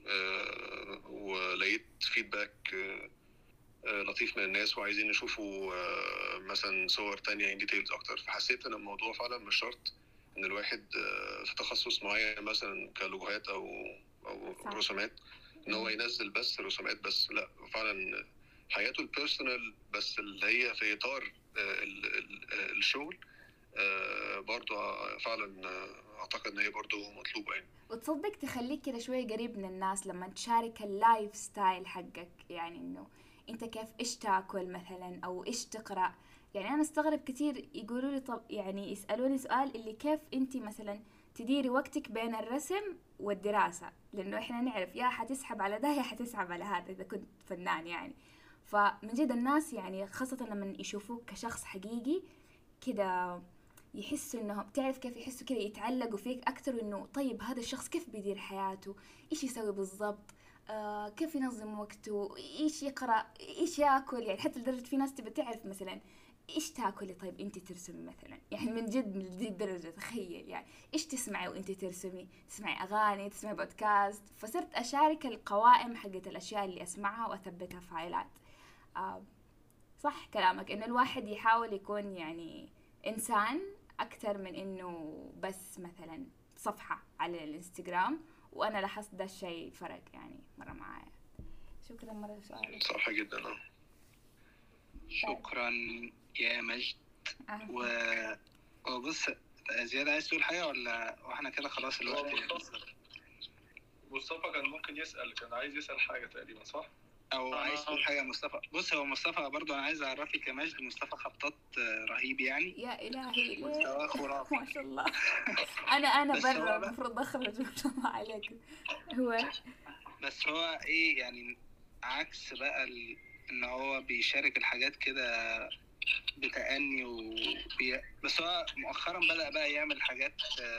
ولقيت فيدباك لطيف من الناس وعايزين يشوفوا مثلا صور تانية ان ديتيلز اكتر. فحسيت ان الموضوع فعلا مش شرط ان الواحد في تخصص معين مثلا كلوجوهات او او رسومات ان هو ينزل بس رسومات بس. لا فعلا حياته البيرسونال بس اللي هي في اطار الشغل برضو فعلا اعتقد ان هي برضو مطلوبه يعني. وتصدق تخليك كده شويه قريب من الناس لما تشارك اللايف ستايل حقك، يعني انه انت كيف ايش تاكل مثلا او ايش تقرا. يعني انا استغرب كثير يقولوا لي طب يعني يسالوني سؤال اللي كيف انت مثلا تديري وقتك بين الرسم والدراسة، لأنه إحنا نعرف يا حتسحب على ده يا حتسحب على هذا إذا كنت فنان يعني. فمن جد الناس يعني خاصة لما يشوفوك كشخص حقيقي كده يحسوا إنه بتعرف كيف يحسوا كده يتعلقوا فيك أكتر، إنه طيب هذا الشخص كيف بيدير حياته، إيش يسوي بالضبط، آه كيف ينظم وقته، إيش يقرأ، إيش يأكل. يعني حتى لدرجة في ناس تبي تعرف مثلا إيش تاكلي طيب أنت ترسمي مثلا، يعني من جد من دي الدرجة. تخيل يعني إيش تسمعي وأنت ترسمي، تسمعي أغاني، تسمعي بودكاست. فصرت أشارك القوائم حقت الأشياء اللي أسمعها وأثبتها في فايلات. آه صح كلامك إنه الواحد يحاول يكون يعني إنسان أكتر من إنه بس مثلا صفحة على الإنستغرام. وأنا لاحظت ده الشيء فرق يعني مرة معايا. شكرا مرة لسؤالك. صح جدا. شكرا يا مجد. و... وبص زيادة عايز تقول حاجة ولا واحنا كده خلاص الوقت؟ مصطفى كان ممكن يسأل، كان عايز يسأل حاجة تقريبا صح؟ او عايز تقول حاجة مصطفى؟ بص هو مصطفى برضو انا عايز اعرفك يا مجد، مصطفى خطط رهيب يعني يا الهي مستوى خرافي ما شاء الله. انا انا برا المفروض اخرج ما شاء الله عليك. هو بس هو ايه يعني عكس بقى ال... ان هو بيشارك الحاجات كده بتأني وبي... بس هو مؤخرا بدأ بقى يعمل حاجات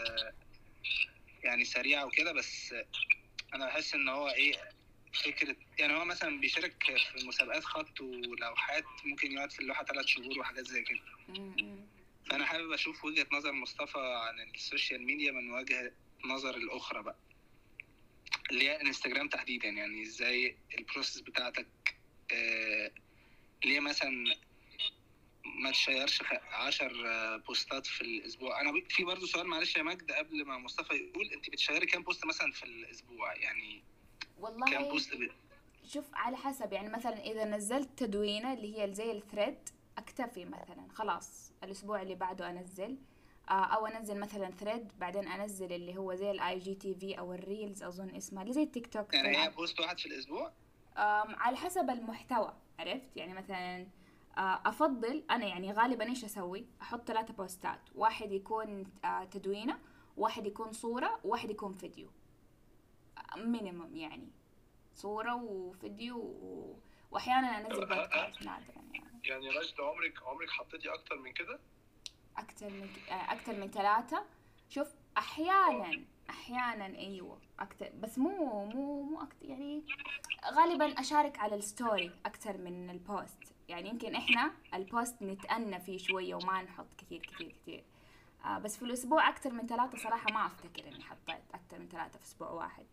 يعني سريعة وكده. بس انا بحس ان هو ايه فكرة يعني هو مثلا بيشارك في مسابقات خط ولوحات ممكن يقعد في اللوحة ثلاث شهور وحاجات زي كده. فانا حابب اشوف وجهة نظر مصطفى عن السوشيال ميديا من وجهة نظر الاخرى بقى اللي هي انستجرام تحديدا. يعني ازاي البروسيس بتاعتك آه ليه مثلا ما تشيرش عشر بوستات في الاسبوع؟ انا في برضو سؤال معلش يا مجد قبل ما مصطفى يقول، انت بتشيري كام بوست مثلا في الاسبوع يعني؟ والله كام بوست ب... شوف على حسب. يعني مثلا اذا نزلت تدوينه اللي هي زي الثريد اكتفي مثلا خلاص الاسبوع اللي بعده انزل، او انزل مثلا ثريد بعدين انزل اللي هو زي الاي جي تي في او الريلز اظن اسمها اللي زي التيك توك. يعني هي بوست واحد في الاسبوع على حسب المحتوى عرفت. يعني مثلا افضل انا يعني غالبا ايش اسوي، احط ثلاثة بوستات، واحد يكون تدوينه، واحد يكون صورة، وواحد يكون فيديو مينيمم. يعني صورة وفيديو و... واحيانا انزل بودكاست نادرا يعني. يعني رشد عمرك عمرك حطيتي اكتر من كده؟ اكتر من اكتر من ثلاثة. شوف احيانا احيانا ايوه اكتر، بس مو مو مو اكتر يعني. غالبا اشارك على الستوري اكتر من البوست. يعني يمكن احنا البوست نتأنى فيه شوية وما نحط كثير كثير كثير. آه بس في الاسبوع اكتر من ثلاثة صراحة ما افتكر اني حطيت اكتر من ثلاثة في اسبوع واحد.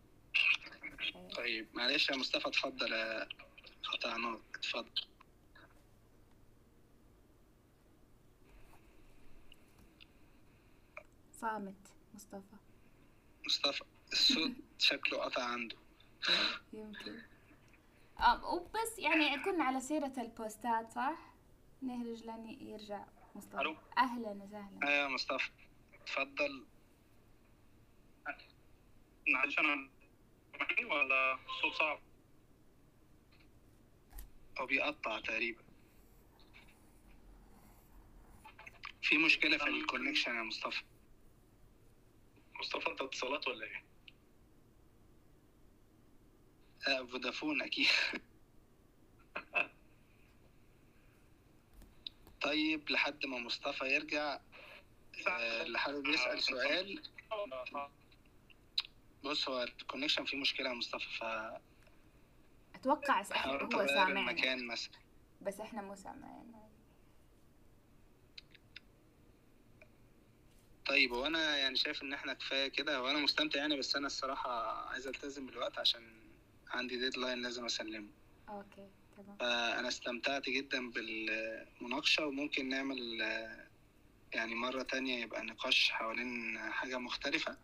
طيب معلش يا مصطفى تفضل، قطعناك تفضل. صامت مصطفى. مصطفى الصوت شكله قطع عنده. يمكن. آه وبس يعني كنا على سيرة البوستات صح؟ نهرج لين يرجع مصطفى. ألو. أهلا وسهلا. ايوه مصطفى اتفضل. معلش انا ولا الصوت صعب؟ هو بيقطع تقريبا، في مشكلة في الكونكشن يا مصطفى. مصطفى انت اتصالات ولا ايه؟ آه فودافون اكيد. طيب لحد ما مصطفى يرجع، آه اللي حابب يسأل سؤال. بص هو الكونكشن فيه مشكلة يا مصطفى، ف أتوقع س- حاول هو تغير سامعنا المكان مثلا. بس إحنا مو سامعين. طيب هو انا يعني شايف ان احنا كفايه كده، وانا مستمتع يعني، بس انا الصراحه عايز التزم بالوقت عشان عندي ديدلاين لازم اسلمه. أوكي تمام. فانا استمتعت جدا بالمناقشه، وممكن نعمل آه، يعني مره تانية يبقى نقاش حوالين حاجه مختلفه.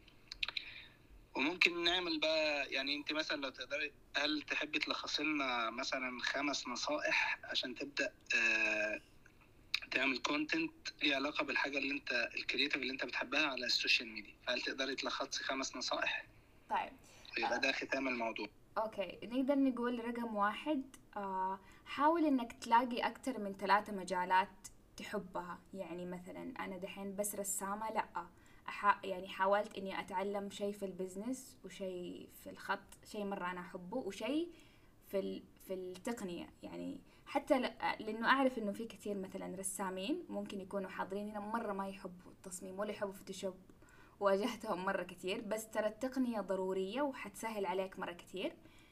وممكن نعمل بقى يعني انت مثلا لو تقدري، هل تحبي تلخصي لنا مثلا خمس نصائح عشان تبدا آه، تعمل كونتنت ليه علاقة بالحاجة اللي انت الكرياتيف اللي انت بتحبها على السوشيال ميديا؟ هل تقدري تلخصي خمس نصائح؟ طيب يبقى ده ختام الموضوع. أوكي نقدر نقول رقم واحد، آه حاول إنك تلاقي أكتر من ثلاثة مجالات تحبها. يعني مثلا أنا دحين بس رسامة، لأ أح- يعني حاولت إني أتعلم شيء في البزنس وشيء في الخط، شيء مرة أنا أحبه، وشيء في ال- في التقنية. يعني حتى ل- لأنه أعرف إنه في كثير مثلا رسامين ممكن يكونوا حاضرين هنا مرة ما يحبوا التصميم ولا يحبوا فوتوشوب، واجهتهم مرة كثير. بس ترى التقنية ضرورية وحتسهل عليك مرة كثير.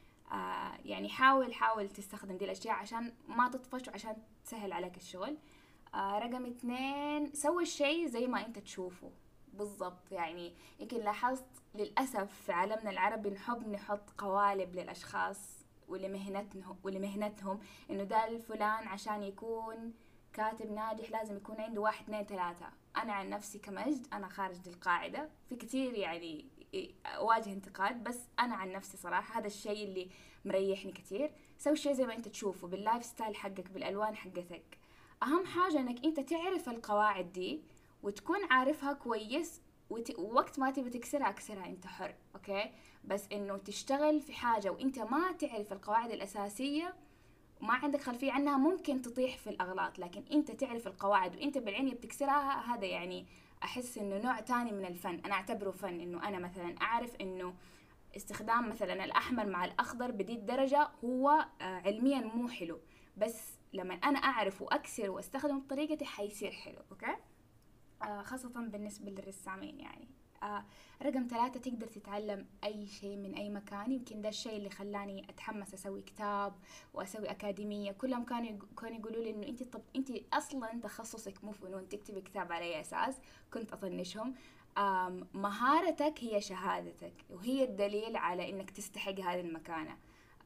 آه يعني حاول حاول تستخدم دي الأشياء عشان ما تطفش وعشان تسهل عليك الشغل. آه رقم اثنين، سوي الشيء زي ما انت تشوفه بالضبط. يعني يمكن لاحظت للأسف في عالمنا العربي نحب نحط قوالب للأشخاص ولمهنتهم ولمهنتهم إنه ده الفلان عشان يكون كاتب ناجح لازم يكون عنده واحد اثنين ثلاثة. أنا عن نفسي كمجد أنا خارج دي القاعدة، في كتير يعني أواجه انتقاد، بس أنا عن نفسي صراحة هذا الشيء اللي مريحني كتير. سوي الشيء زي ما أنت تشوفه، باللايف ستايل حقك، بالألوان حقتك. أهم حاجة إنك أنت تعرف القواعد دي وتكون عارفها كويس، وت... ووقت ما تبي تكسرها اكسرها، انت حر. اوكي بس انه تشتغل في حاجة وانت ما تعرف القواعد الاساسية وما عندك خلفية عنها ممكن تطيح في الاغلاط، لكن انت تعرف القواعد وانت بالعنية بتكسرها، هذا يعني احس انه نوع تاني من الفن. انا اعتبره فن، انه انا مثلا اعرف انه استخدام مثلا الاحمر مع الاخضر بدي الدرجة هو علميا مو حلو، بس لما انا اعرف واكسر واستخدم بطريقتي حيصير حلو. اوكي آه خاصة بالنسبة للرسامين. يعني آه رقم ثلاثة، تقدر تتعلم أي شيء من أي مكان. يمكن ده الشيء اللي خلاني أتحمس أسوي كتاب وأسوي أكاديمية. كلهم كانوا كانوا يقولوا لي إنه أنت طب أنت أصلا تخصصك مو فنون، تكتبي كتاب على أي أساس؟ كنت أطنشهم. مهارتك هي شهادتك وهي الدليل على إنك تستحق هذه المكانة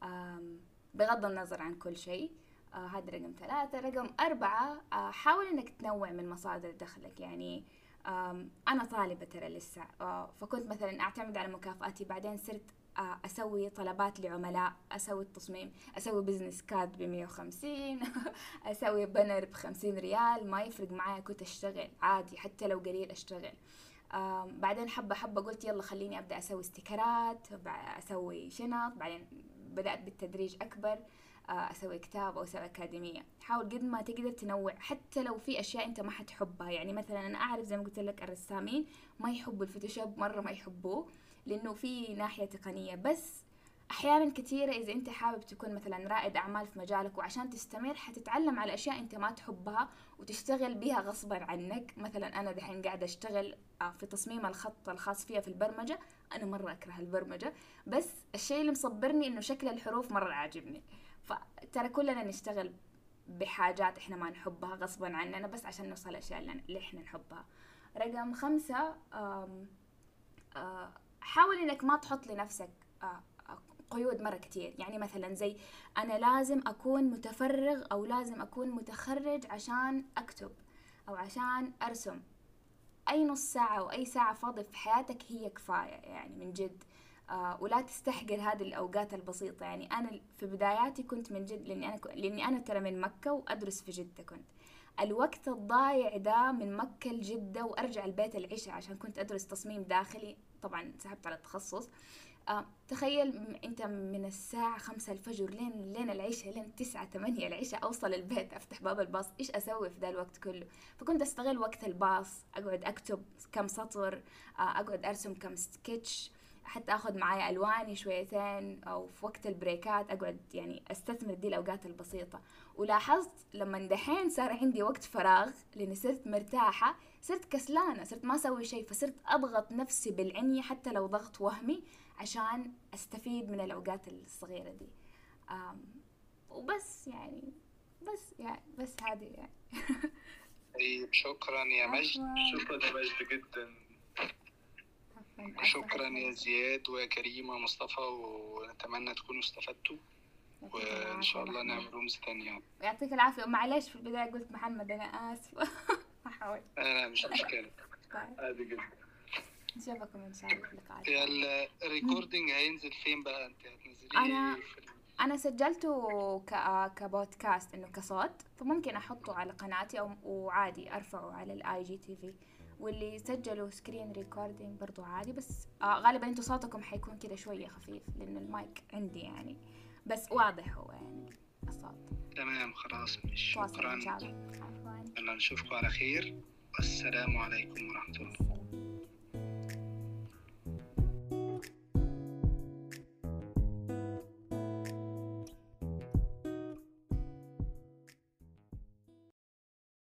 بغض النظر عن كل شيء. آه هذا رقم ثلاثة. رقم أربعة، آه حاول إنك تنوع من مصادر دخلك. يعني أنا طالبة ترى لسه، آه فكنت مثلا أعتمد على مكافآتي، بعدين صرت آه أسوي طلبات لعملاء، أسوي التصميم، أسوي بزنس كارد بمية وخمسين أسوي بانر بخمسين ريال، ما يفرق معايا، كنت أشتغل عادي حتى لو قليل أشتغل. آه بعدين حبة حبة قلت يلا خليني أبدأ أسوي استيكرات، أسوي شنط، بعدين بدأت بالتدريج أكبر أسوي كتاب أو أسوي أكاديمية. حاول قد ما تقدر تنوع حتى لو في أشياء أنت ما حتحبها. يعني مثلا أنا أعرف زي ما قلت لك الرسامين ما يحبوا الفوتوشوب، مرة ما يحبوه لأنه في ناحية تقنية، بس أحيانا كثيرة إذا أنت حابب تكون مثلا رائد أعمال في مجالك وعشان تستمر حتتعلم على أشياء أنت ما تحبها وتشتغل بيها غصبا عنك. مثلا أنا دحين قاعدة أشتغل في تصميم الخط الخاص فيها في البرمجة، أنا مرة أكره البرمجة، بس الشيء اللي مصبرني إنه شكل الحروف مرة عاجبني. فترى كلنا نشتغل بحاجات إحنا ما نحبها غصبا عننا بس عشان نوصل الأشياء اللي إحنا نحبها. رقم خمسة، آم آم حاول إنك ما تحط لنفسك قيود مرة كتير. يعني مثلا زي أنا لازم أكون متفرغ أو لازم أكون متخرج عشان أكتب أو عشان أرسم. أي نص ساعة أو أي ساعة فاضية في حياتك هي كفاية يعني من جد. آه ولا تستحقر هذه الأوقات البسيطة. يعني أنا في بداياتي كنت من جد، لأني أنا ك... لأني أنا ترى من مكة وأدرس في جدة، كنت الوقت الضايع ده من مكة لجدة وأرجع البيت العشاء عشان كنت أدرس تصميم داخلي، طبعا سحبت على التخصص. آه تخيل م- أنت من الساعة خمسة الفجر لين لين العشاء، لين تسعة تمانية العشاء أوصل البيت أفتح باب الباص، إيش أسوي في ذا الوقت كله؟ فكنت أستغل وقت الباص، أقعد أكتب كم سطر، آه أقعد أرسم كم سكتش، حتى أخذ معايا ألواني شويتين، أو في وقت البريكات أقعد يعني أستثمر دي الأوقات البسيطة. ولاحظت لما دحين صار عندي وقت فراغ لأني صرت مرتاحة، صرت كسلانة، صرت ما أسوي شيء، فصرت أضغط نفسي بالعنية حتى لو ضغط وهمي عشان أستفيد من الأوقات الصغيرة دي. آم وبس يعني بس يعني بس هذه يعني. طيب شكرا يا مجد. عفواً. شكرا يا مجد جدا. عفواً. شكرا يا عفواً. زياد ويا كريم ومصطفى، ونتمنى تكونوا استفدتوا، يعطيك وإن شاء العافية الله محمد. نعمل رومز تانية. يعطيك العافية، ومعليش في البداية قلت محمد، أنا آسفة. أحاول. لا مش مشكلة. طيب عادي جدا. نشوفكم إن شاء الله في لقاءات هي ثانية. الريكوردينج هينزل فين بقى؟ انت هتنزليه أنا في ال- أنا سجلته ك... كبودكاست إنه كصوت، فممكن أحطه على قناتي أو وعادي أرفعه على الآي جي تي في، واللي سجلوا سكرين ريكوردينج برضو عادي. بس آه غالبا انتوا صوتكم حيكون كده شوية خفيف لأنه المايك عندي يعني، بس واضح هو يعني الصوت. تمام خلاص مش تواصل شكرا. إن شاء الله. عفواً. يلا نشوفكم على خير، والسلام عليكم ورحمة الله. السلام.